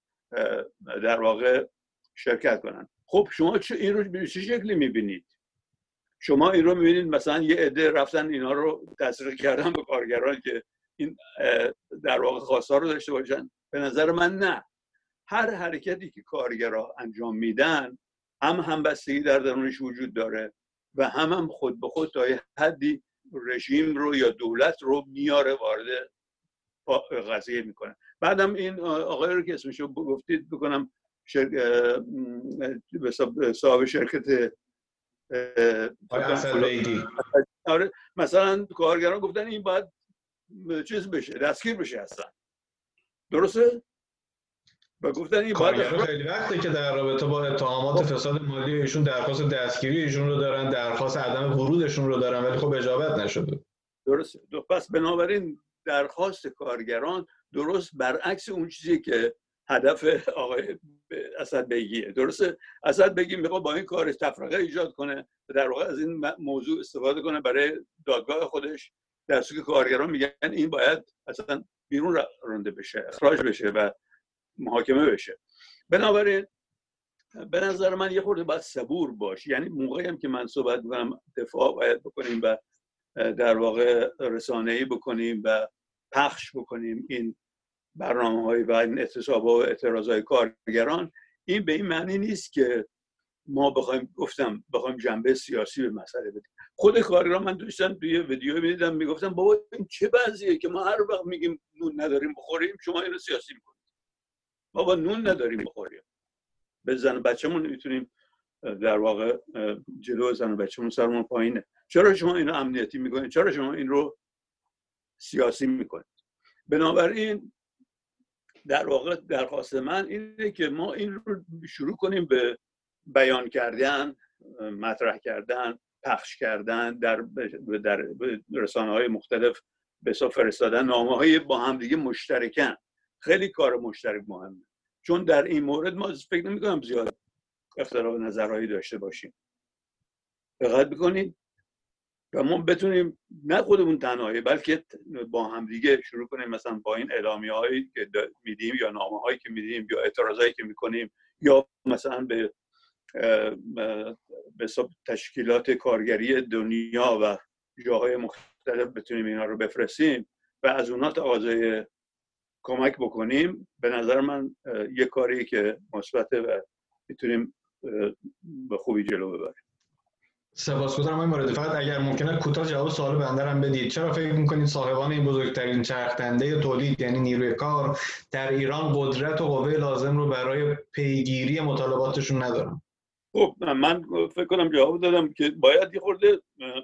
در واقع شرکت کنن. خب شما این رو به چه شکلی میبینید؟ شما این رو میبینید مثلا یه عده رفتن اینا رو تسریع کردن به کارگران که این در واقع خواستار رو داشته باشن؟ به نظر من نه. هر حرکتی که کارگرها انجام میدن هم همبستگی در درونش وجود داره و هم خود به خود تا یه حدی رژیم رو یا دولت رو میاره وارد قضیه میکنه. بعدم این آقای رو که اسمشو گفتید بکنم صاحب شرکت مثلا کارگران گفتن این باید چیز بشه، دستگیر بشه اصلا. درسته؟ و گفتن این کارگرها خیلی وقته که در رابطه با اتهامات فساد مالی ایشون درخواست دستگیری ایشون رو دارن، درخواست عدم ورودشون رو دارن، ولی خب اجابت نشده. درسته. پس بنابراین درخواست کارگران درست برعکس اون چیزی که هدف آقای اسدبگیه. درسته؟ اسدبگی میخواد با این کارش تفرقه ایجاد کنه و در واقع از این موضوع استفاده کنه برای دادگاه خودش، در صورتی که کارگران میگن این باید اصلا بیرون رانده بشه، اخراج بشه و محاکمه بشه. بنابراین به نظر من یه خورده باید صبور باش. یعنی موقعی هم که من صحبت میکنم دفاع باید بکنیم و در واقع رسانه‌ای بکنیم و پخش بکنیم این برنامه‌های و این اعتصاب‌ها و اعتراضهای کارگران، این به این معنی نیست که ما بخوایم جنبه سیاسی به مسئله بدیم. خود کارگران، من داشتم توی ویدیو می‌دیدم میگفتم بابا این چه وضعیه که ما هر وقت میگیم نون نداریم بخوریم شما اینو سیاسی میکنید. بابا نون نداریم بخوریم، به زن و بچه‌مون میتونیم در واقع جلو زن و بچه‌مون سرمون پایینه، چرا شما اینو امنیتی میکنید؟ چرا شما این رو سیاسی میکنید؟ بنابراین در واقع درخواست من اینه که ما این رو شروع کنیم به بیان کردن، مطرح کردن، پخش کردن در رسانه‌های مختلف، به حساب فرستادن نامه‌های با هم دیگه مشترکن. خیلی کار مشترک مهمه، چون در این مورد ما فکر نمی‌کنم زیاد اختلاف نظرهایی داشته باشیم. دقت بکنید و ما بتونیم نه خودمون تنهایی بلکه با هم دیگه شروع کنیم، مثلا با این اعلامیه‌هایی که میدیم یا نامه‌هایی که میدیم یا اعتراضایی که میکنیم یا مثلا به تشکیلات کارگری دنیا و جاهای مختلف بتونیم اینا رو بفرستیم و از اونها تقاضای کمک بکنیم. به نظر من یه کاری که مثبته و میتونیم به خوبی جلو ببریم. سپاسگزارم آقای مرادی. فقط اگر ممکنه کوتاه جواب سوال بنده هم بدید. چرا فکر می‌کنید صاحبان این بزرگترین چرخ‌دنده تولید یعنی نیروی کار در ایران قدرت و قوه لازم رو برای پیگیری مطالباتشون ندارن؟ خب من فکر کنم جواب دادم که باید یه خورده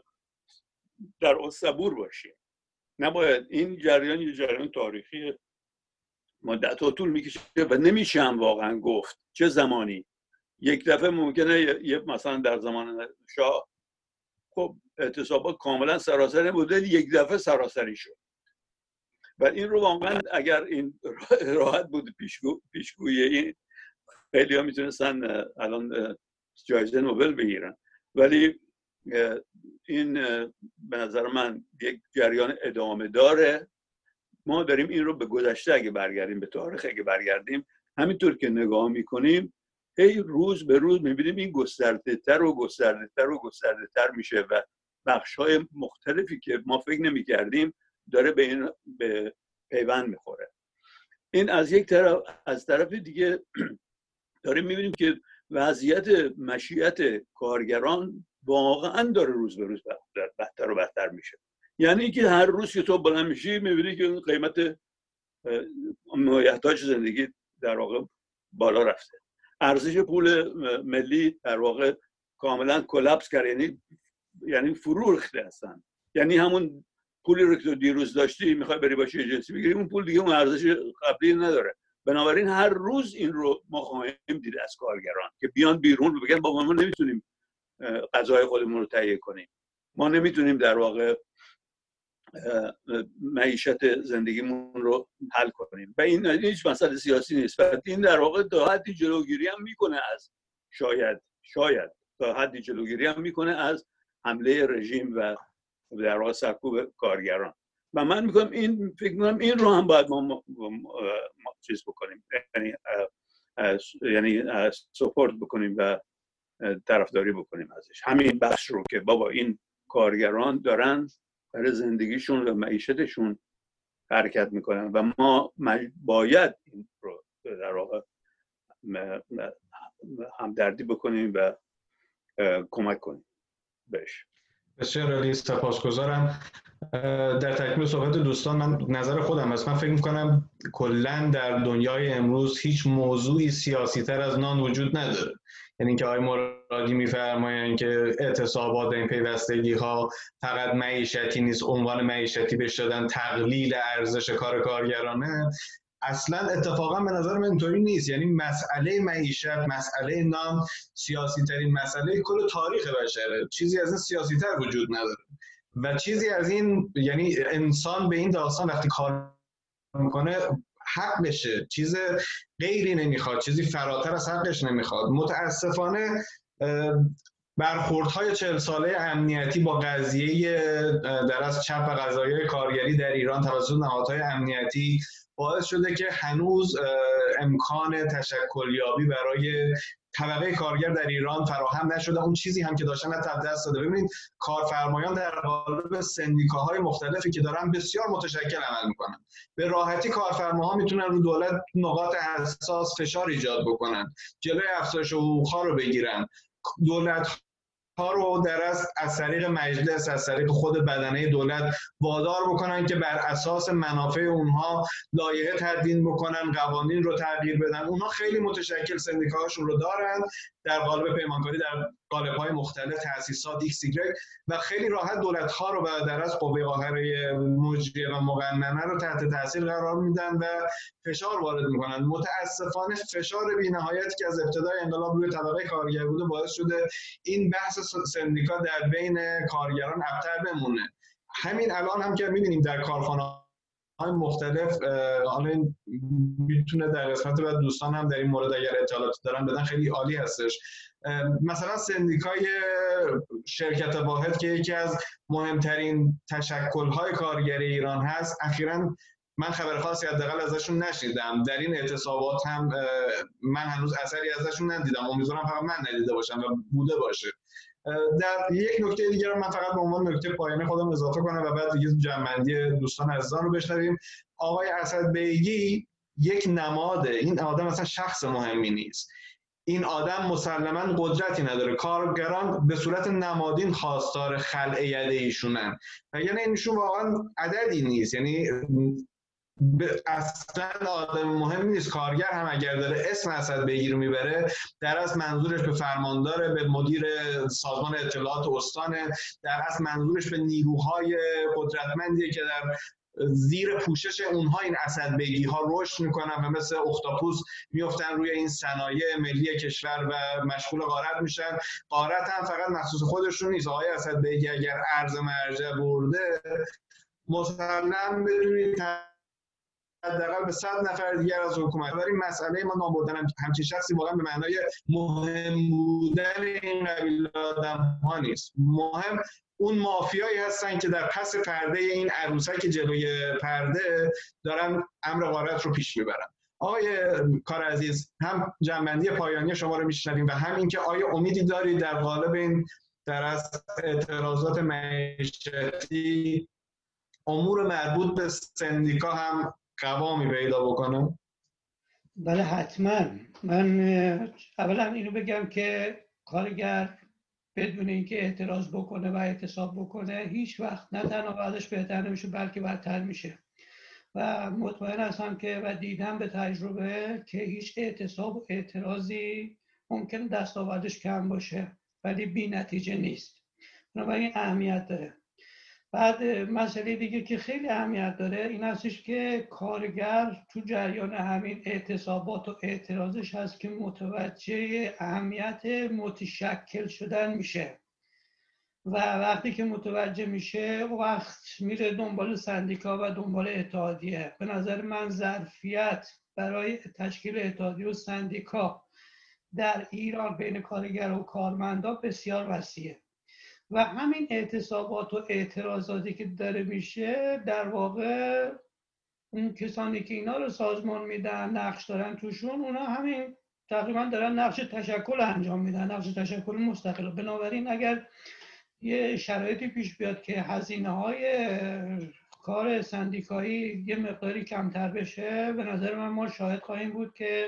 در اون صبور باشیم. نباید این جریان یه جریان تاریخی مدت‌ها طول می‌کشه و نمیشه هم واقعا گفت چه زمانی. یک دفعه ممکنه یه مثلا در زمان شاه خب اعتصابات کاملا سراسری بوده، یک دفعه سراسری شد و این رو واقعا اگر این راحت بود پیشگویی این خیلی ها میتونستن الان جایزه نوبل بگیرن، ولی این به نظر من یک جریان ادامه داره. ما داریم این رو به گذشته اگه برگردیم، به تاریخ اگه برگردیم، همینطور که نگاه میکنیم روز به روز میبینیم این گسترده تر و گسترده تر میشه و بخش‌های مختلفی که ما فکر نمی‌کردیم داره به پیوند میخوره. این از یک طرف. از طرف دیگه داریم میبینیم که وضعیت مشیت کارگران واقعا داره روز به روز بدتر و بدتر میشه. یعنی که هر روز که تو بلند میشی میبینی که قیمت احتیاج زندگی در واقع بالا رفته. ارزش پول ملی در واقع کاملا کلاپس کرد، یعنی فرو ریخته هستن. یعنی همون پولی رو که تو دیروز داشتی میخوای بری باشه ایجنسی بگیری، اون پول دیگه اون ارزش قبلی نداره. بنابراین هر روز این رو ما خواهیم دید از کارگران که بیان بیرون و بگن بابا ما نمیتونیم غذای خودمون رو تهیه کنیم، ما نمیتونیم در واقع معیشت زندگیمون رو حل کنیم. و این هیچ مسئله سیاسی نیست و این در واقع تا حدی جلوگیری هم میکنه از شاید تا حدی جلوگیری هم میکنه از حمله رژیم و در واقع سرکوب کارگران. و من میگم این فکر میکنم این رو هم باید ما چیز بکنیم، یعنی سپورت بکنیم و طرفداری بکنیم ازش. همین بخش رو که بابا این کارگران دارن برای زندگیشون و معیشتشون حرکت میکنن و ما باید این رو در واقع همدردی بکنیم و کمک کنیم بهش. بسیار عالی، سپاسگزارم. در تکمیل صحبت دوستان، من نظر خودم است، من فکر میکنم کلا در دنیای امروز هیچ موضوعی سیاسی تر از نان وجود نداره. یعنی اینکه آقای مرادی میفرمایند که اعتصابات این پیوستگی ها فقط معیشتی نیست، عنوان معیشتی بهش دادن، تقلیل ارزش کار کارگرانه. اصلا اتفاقا به نظر من اینطوری نیست. یعنی مسئله معیشت، مسئله نان سیاسی ترین مسئله کل تاریخ بشره، چیزی از این سیاسی تر وجود نداره و چیزی از این، یعنی انسان به این داستان وقتی کار میکنه حق بشه، چیز غیری نمیخواد، چیزی فراتر از حقش نمیخواد. متاسفانه برخوردهای 40 ساله امنیتی با قضیه در از چپ و قضایای کارگری در ایران توسط نهادهای امنیتی باعث شده که هنوز امکان تشکلیابی برای طبقه کارگر در ایران فراهم نشده. اون چیزی هم که داشتن از دست داده. ببینید کارفرمایان در قالب سندیکاهای مختلفی که دارن بسیار متشکل عمل میکنن. به راحتی کارفرماها میتونن رو دولت نقاط حساس فشار ایجاد بکنن، جلوی افزایش حقوق‌ها رو بگیرن، دولت ها رو از طریق مجلس، از طریق خود بدنه دولت وادار بکنن که بر اساس منافع اونها لایحه تدوین بکنن، قوانین رو تغییر بدن. اونها خیلی متشکل سندیکاهاشون رو دارن در قالب پیمانکاری، در قالب‌های مختلف، تأسیسات ایکس ایگرگ، و خیلی راحت دولت‌ها رو در از قوه قاهره مجریه و مقننه رو تحت تاثیر قرار میدن و فشار وارد میکنن. متاسفانه فشار بی‌نهایتی که از ابتدای انقلاب روی طبقه کارگر بوده باعث شده این بحث سندیکا در بین کارگران ابتر بمونه. همین الان هم که می‌بینیم در کارخانه‌های مختلف، حالا میتونه در قسمت بعد دوستان هم در این مورد اگر اطلاعاتی دارن بدن خیلی عالی هستش. مثلا سندیکای شرکت واحد که یکی از مهمترین تشکل‌های کارگری ایران هست، اخیراً من خبر خاصی حداقل ازشون نشنیدم. در این اعتصابات هم من هنوز اثری ازشون ندیدم. امیدوارم فقط من ندیده باشم و بوده باشه. در یک نکته دیگه رو من فقط به عنوان نکته پایانی خودم اضافه کنم و بعد دیگه جمع‌بندی دوستان عزیزان رو بشنویم. آقای اسدبیگی یک نماده. این آدم اصلا شخص مهمی نیست. این آدم مسلماً قدرتی نداره. کارگران به صورت نمادین خواستار خلع یده ایشونن و یعنی اینشون واقعا عددی نیست. یعنی اصلا آدم مهم نیست. کارگر هم اگر داره اسم اسدبیگی رو میبره، در اصل منظورش به فرمانداره، به مدیر سازمان اطلاعات استانه، در اصل منظورش به نیروهای قدرتمندیه که در زیر پوشش اونها این اسدبیگی ها رشد میکنن و مثل اختاپوس میفتن روی این صنایع ملی کشور و مشغول غارت میشن. غارت هم فقط مخصوص خودشون نیست. آقای اسدبیگی اگر ارز مرجع برده، مسلم بدونید حداقل به 100 نفر دیگر از حکومت. برای مسئله ما نام بردن همچین شخصی واقعا به معنای مهم بودن این قبیل آدم‌ها نیست. مهم اون مافیایی هستن که در پس پرده این عروسک جلوی پرده دارن امر غارت رو پیش میبرن. آقای کار عزیز، هم جنبندی پایانی شما رو میشنویم و هم اینکه آیا امیدی دارید در قالب این در از اعتراضات معیشتی امور مربوط به سندیکا هم قوامی پیدا بکنه؟ بله حتما. من اولا اینو بگم که کارگر بدون اینکه اعتراض بکنه و اعتصاب بکنه هیچ وقت نه تنها بعدش بهتر نمیشه بلکه بدتر میشه و مطمئن هستم که و دیدم به تجربه که هیچ اعتصاب و اعتراضی ممکن دستاوردش کم باشه ولی بی نتیجه نیست. بنابراین اهمیت داره. بعد مسئله دیگه که خیلی اهمیت داره این هستش که کارگر تو جریان همین اعتصابات و اعتراضش هست که متوجه اهمیت متشکل شدن میشه و وقتی که متوجه میشه وقت میره دنبال سندیکا و دنبال اتحادیه. به نظر من ظرفیت برای تشکیل اتحادیه و سندیکا در ایران بین کارگر و کارمندا بسیار وسیعه و همین اعتصابات و اعتراضاتی که داره میشه در واقع اون کسانی که اینا رو سازمان میدن نقش دارن توشون، اونا همین تقریبا دارن نقش تشکل انجام میدن، نقش تشکل مستقل. بنابراین اگر یه شرایطی پیش بیاد که هزینه‌های کار سندیکایی یه مقداری کمتر بشه، به نظر من ما شاهد خواهیم بود که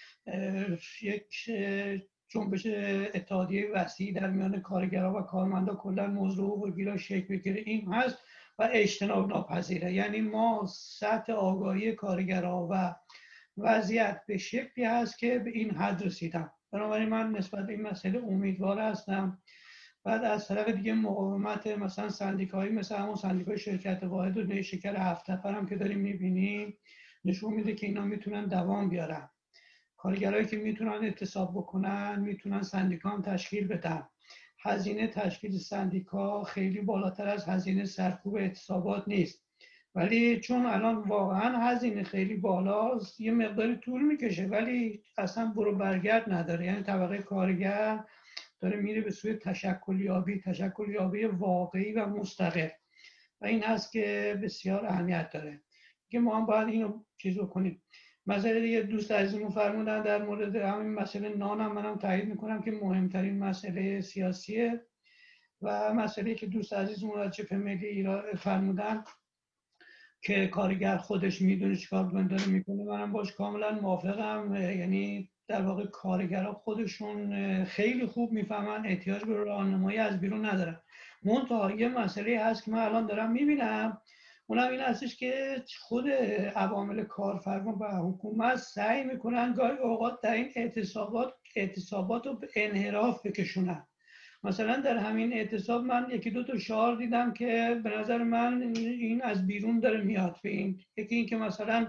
یک جنبش اتحادیه وسیع در میان کارگرها و کارمندا کلا موضوع و گیرا شکل بگیره. این هست و اجتناب ناپذیره. یعنی ما سطح آگاهی کارگرها و وضعیت به شکلی هست که به این حد رسیدم. بنابراین من نسبت به این مسئله امیدوار هستم. بعد از طرف دیگه مقاومت مثلا سندیکایی مثل همون سندیکای شرکت واحد و نیشکر 7 نفر هم که داریم میبینیم نشون میده که اینا میتونن دوام بیارن. کارگرایی که میتونن اعتصاب بکنن میتونن سندیکا هم تشکیل بدن. هزینه تشکیل سندیکا خیلی بالاتر از هزینه سرکوب اعتصابات نیست، ولی چون الان واقعا هزینه خیلی بالاست یه مقداری طول میکشه، ولی اصلا برو برگرد نداره. یعنی طبقه کارگر داره میره به سوی تشکلیابی واقعی و مستقل و این هست که بسیار اهمیت داره که ما هم باید اینو چیز کنیم. مسئله دیگه دوست عزیزمون فرمودن در مورد همین مسئله نان هم منم تایید میکنم که مهمترین مسئله سیاسیه و مسئله که دوست عزیزمون از جبهه ملی ایران فرمودن که کارگر خودش میدونه چیکار داره میکنه، منم باش کاملا موافقم. یعنی در واقع کارگرها خودشون خیلی خوب میفهمن احتیاج به راهنمایی از بیرون ندارن. منتها یه مسئله هست که من الان دارم میبینم، اونم این هستش که خود عوامل کارفرما و حکومت سعی میکنن گاهی اوقات در این اعتصابات رو به انحراف بکشونن. مثلا در همین اعتصاب من یکی دو تا شعار دیدم که به نظر من این از بیرون داره میاد به این. یکی این که مثلا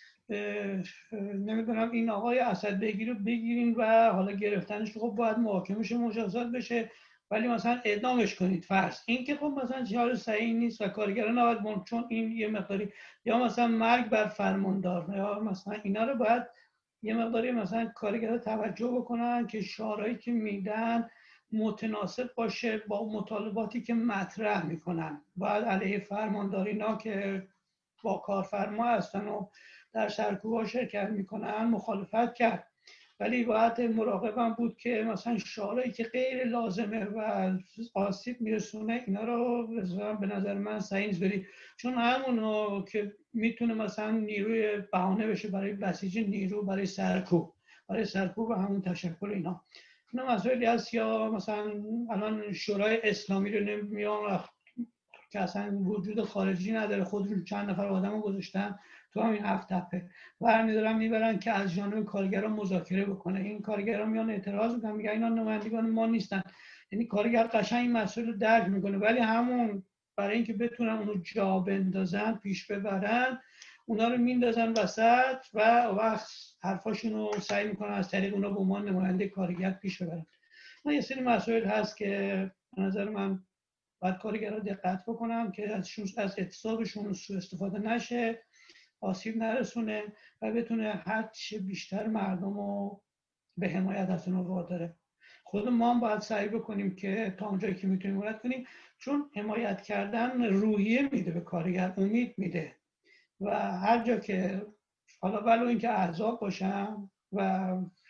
نمیدونم این آقای اسدبگی رو بگیرین و حالا گرفتنش خب باید محاکمه‌اش مجازات بشه ولی مثلا اعدامش کنید فرض. این که خب مثلا شعار صحیح نیست و کارگران نباید چون این یه مقداری، یا مثلا مرگ بر فرماندار، یا مثلا اینا رو باید یه مقداری مثلا کارگران توجه بکنن که شعارهایی که میدن متناسب باشه با مطالباتی که مطرح میکنن. باید علیه فرماندارینا که با کارفرما هستن و در سرکوب‌ها شرکت میکنن مخالفت کرد، ولی باید مراقبم بود که مثلا شعارهایی که غیر لازمه و آسیب میرسونه اینا رو به نظر من صحیح نیست، چون همونو که میتونه مثلا نیروی بهانه بشه برای بسیج نیرو برای سرکوب و همون تشکل اینا مسائلی هست. یا مثلا الان شورای اسلامی رو نمیان که اصلا وجود خارجی نداره، خودشون چند نفر آدم رو گذاشتن تو همین 7 تپه برمی‌دارن میبرن که از جانب کارگران مذاکره بکنه. این کارگران میان اعتراض میکنن میگن اینا نمایندگان ما نیستن. یعنی کارگر قشنگ این مسئله رو درک میکنه، ولی همون برای اینکه بتونن اونو جا بندازن پیش ببرن اونا رو میندازن وسط و وقت حرفاشون رو سعی میکنن از طریق اونا به عنوان نماینده کارگر پیش ببرن. یه سری مسائل هست که به نظر من باید کارگرها دقت بکنن که از اعتصابشون سوء استفاده نشه، آسیب نرسونه و بتونه هر چه بیشتر مردم رو به حمایت از اونها واداره. خود ما هم باید سعی بکنیم که تا اونجایی که میتونیم حمایت کنیم، چون حمایت کردن روحیه میده به کارگر، امید میده و هر جا که حالا ولو اینکه احزاب باشن و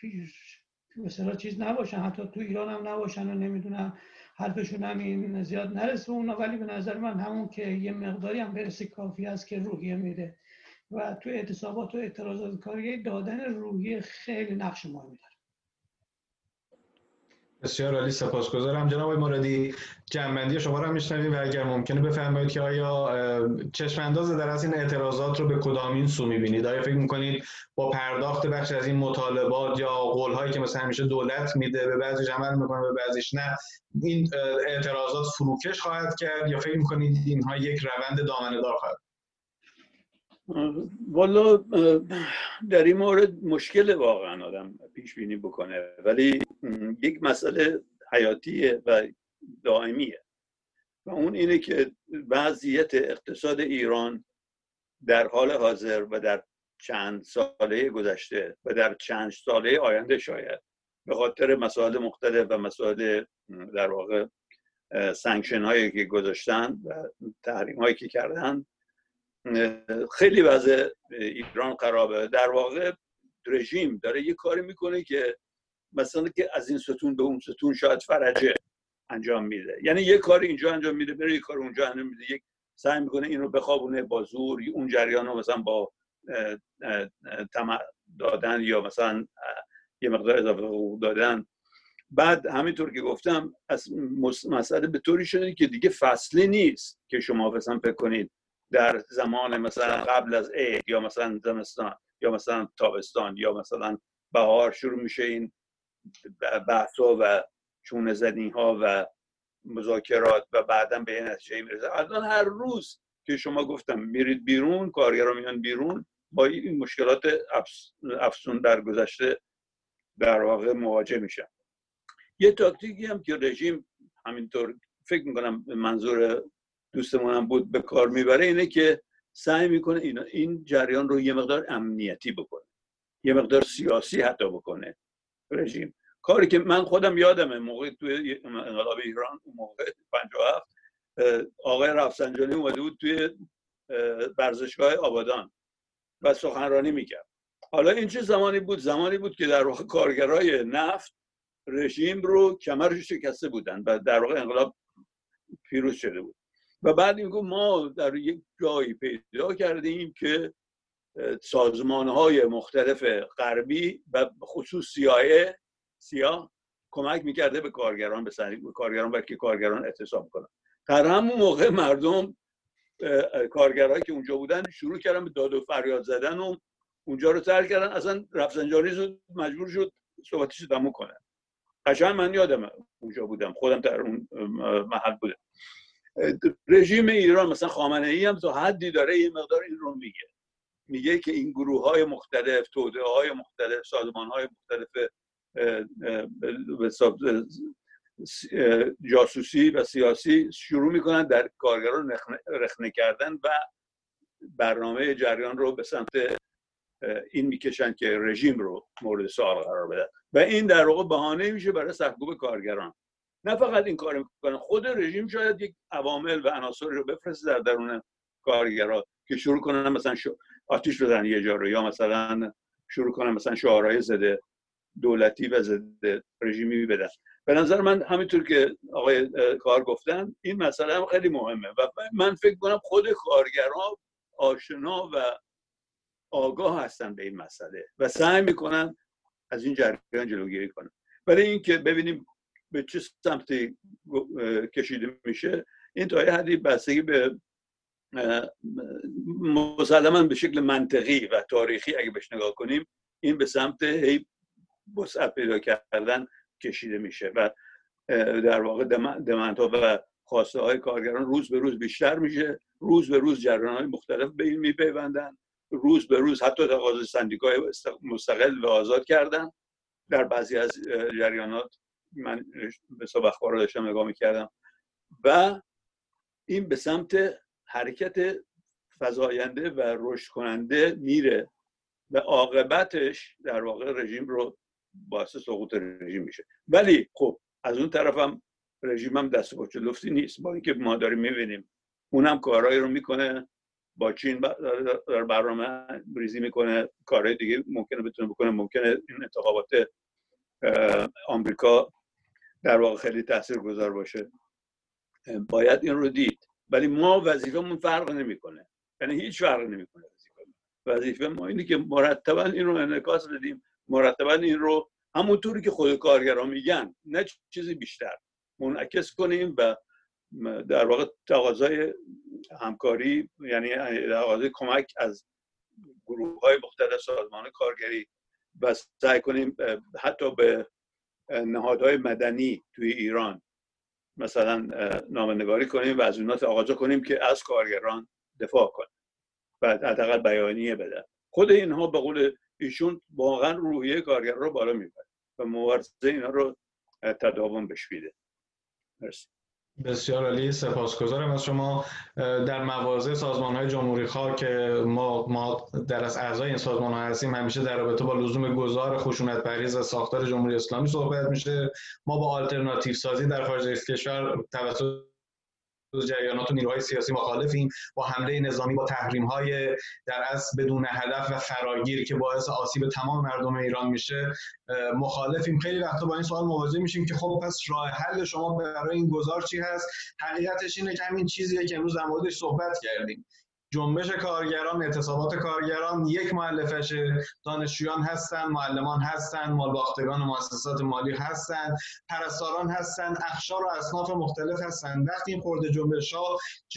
مثلا چیز نباشن، حتی تو ایران هم نباشن و نمیدونم حرفشون هم این زیاد نرسه اونا، ولی به نظر من همون که یه مقداری هم برسه کافی است که روحیه میده و تو اعتصابات و اعتراضات کارگری دادن روحیه خیلی نقش مهمی داره. بسیار عالی، سپاسگزارم جناب آقای مرادی. جنبندی شما رو هم میشنویم و اگر ممکنه بفرمایید که آیا چشم انداز در از این اعتراضات رو به کدامین سو میبینید؟ آیا فکر میکنید با پرداخت بخش از این مطالبات یا قولهایی که مثلا همیشه دولت میده به بعضیش عمل میکنه به بعضیش نه، این اعتراضات فروکش خواهد کرد یا فکر میکنید اینها یک روند دامنه‌دار خواهد؟ والا در این مورد مشکل واقعا آدم پیش بینی بکنه، ولی یک مسئله حیاتیه و دائمیه و اون اینه که وضعیت اقتصاد ایران در حال حاضر و در چند ساله گذشته و در چند ساله آینده شاید به خاطر مسائل مختلف و مسائل در واقع سانکشن هایی که گذاشتن و تحریم هایی که کردن خیلی وضع ایران خرابه. در واقع رژیم داره یه کاری میکنه که مثلا که از این ستون به اون ستون شاید فرجه انجام میده، یعنی یه کار اینجا انجام میده بره یه کار اونجا انجام میده، یک سعی میکنه اینو بخوابونه با زور، اون جریان رو مثلا با طمع دادن یا مثلا یه مقدار اضافه حقوق دادن. بعد همینطور که گفتم از مسئله به طوری شده که دیگه فصلی نیست که شما مثلا فکر کنید در زمان مثلا قبل از عید یا مثلا زمستان یا مثلا تابستان یا مثلا بهار شروع میشه این بحث‌ها و چونه زدنی‌ها و مذاکرات و بعداً به نتیجه میرسه. الان هر روز که شما گفتم میرید بیرون، کارگران میان بیرون، با این مشکلات افزون در گذشته در واقع مواجه میشن. یه تاکتیکی هم که رژیم همینطور فکر میکنم منظور دوستمون هم بود به کار میبره اینه که سعی میکنه این جریان رو یه مقدار امنیتی بکنه، یه مقدار سیاسی حتی بکنه رژیم. کاری که من خودم یادمه موقع توی انقلاب ایران اون موقع 57 آقای رفسنجانی اومده بود توی ورزشگاه آبادان و سخنرانی میکرد. حالا این چه زمانی بود که در واقع کارگرای نفت رژیم رو کمرش شکسته بودن و در واقع انقلاب پیروز شده بود و بعد میگه ما در یک جایی پیدا کردیم که سازمان‌های مختلف غربی و خصوص سیاه کمک میکرده به کارگران، به کارگران بلکه کارگران اعتصاب کنن. در همون موقع مردم کارگرایی که اونجا بودن شروع کردن به داد و فریاد زدن و اونجا رو ترک کردن. اصلا رفسنجانی مجبور شد صحبتش تموم کنه. قشنگ من یادم اونجا بودم، خودم در اون محل بودم. رژیم ایران مثلا خامنه‌ای هم تا حدی داره یه مقدار این رو میگه که این گروه‌های مختلف، توده‌های مختلف، سازمان‌های مختلف جاسوسی و سیاسی شروع میکنن در کارگران رخنه کردن و برنامه جریان رو به سمت این میکشن که رژیم رو مورد سوال قرار بدن و این در واقع بهانه میشه برای سرکوب کارگران. نه فقط این کار میکنن، خود رژیم شاید یک عوامل و عناصر رو بفرسته در درون کارگران که شروع کنن مثلا آتش بزنن یه جا رو، یا مثلا شروع کنن مثلا شعارهای ضد دولتی و ضد رژیمی بدن. به نظر من همینطور که آقای کار گفتن این مسئله هم خیلی مهمه و من فکر کنم خود کارگرها آشنا و آگاه هستن به این مسئله و سعی میکنن از این جریان جلوگیری کنن. برای اینکه ببینیم به چه سمتی کشیده میشه، این تا یه حدی بستگی به مسلماً به شکل منطقی و تاریخی اگه بهش نگاه کنیم این به سمت وسعت پیدا کردن کشیده میشه و در واقع دمندها و خواسته های کارگران روز به روز بیشتر میشه، روز به روز جریان های مختلف به این میپیوندن، روز به روز حتی تقاضای سندیکای مستقل و آزاد کردن در بعضی از جریانات. من به حساب اخبار رو داشتم نگاه میکردم و این به سمت حرکت فزاینده و رشد کننده میره و عاقبتش در واقع رژیم رو باعث سقوط رژیم میشه. ولی خب از اون طرف هم رژیم هم دست پاچه لفتی نیست، با اینکه ما داریم میبینیم اونم کارهایی رو میکنه، با چین در برنامه ریزی میکنه، کارهای دیگه ممکنه بتونه بکنه، ممکنه این انتخابات آمریکا در واقع خیلی تاثیرگذار باشه، باید این رو دید. ولی ما وظیفمون فرق نمیکنه، یعنی هیچ فرق نمیکنه. وظیفه ما اینه که مرتبا این رو انعکاس بدیم، مرتبا این رو همونطوری که خود کارگران میگن نه چیزی بیشتر منعکس کنیم و در واقع تقاضای همکاری، یعنی تقاضای کمک از گروه‌های مختلف سازمان کارگری و سعی کنیم حتی به نهادهای مدنی توی ایران مثلا نامه‌نگاری کنیم و از اونها تقاضا کنیم که از کارگران دفاع کنیم و حداقل بیانیه بدن. خود اینها به قول ایشون واقعا روحیه کارگر رو بالا میبره و مبارزه اینا رو تداوم بهش میده. مرسی. بسیار عالی، سپاسگزارم از شما. در مواضع سازمان‌های جمهوری‌خواه که ما در از اعضای این سازمان‌ها هستیم همیشه در رابطه با لزوم گذار خشونت پریز از ساختار جمهوری اسلامی صحبت میشه. ما با آلترناتیو سازی در خارج از کشور توسط جریانات و نیروهای سیاسی مخالفیم، با حمله نظامی، با تحریم‌های در اصل بدون هدف و فراگیر که باعث آسیب تمام مردم ایران میشه مخالفیم. خیلی وقتا با این سوال مواجه میشیم که خب پس راه حل شما برای این گذار چی هست؟ حقیقتش اینه که همین چیزیه که امروز در موردش صحبت کردیم. جنبش کارگران، اعتصابات کارگران یک مؤلفش دانشجویان هستن، معلمان هستن، مالباختگان و مؤسسات مالی هستن، پرستاران هستن، اقشار و اصناف مختلف هستن. وقتی این خرده جنبش‌ها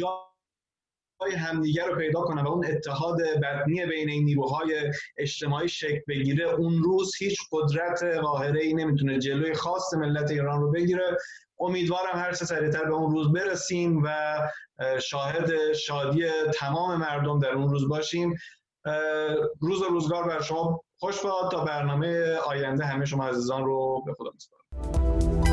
جای همدیگر رو پیدا کنن و اون اتحاد بطنی بین این نیروهای اجتماعی شکل بگیره، اون روز هیچ قدرت قاهره‌ای نمیتونه جلوی خواست ملت ایران رو بگیره. امیدوارم هر چه سریعتر به اون روز برسیم و شاهد شادی تمام مردم در اون روز باشیم. روز و روزگار بر شما خوش باد. تا برنامه آینده همه شما عزیزان رو به خدا میسپارم.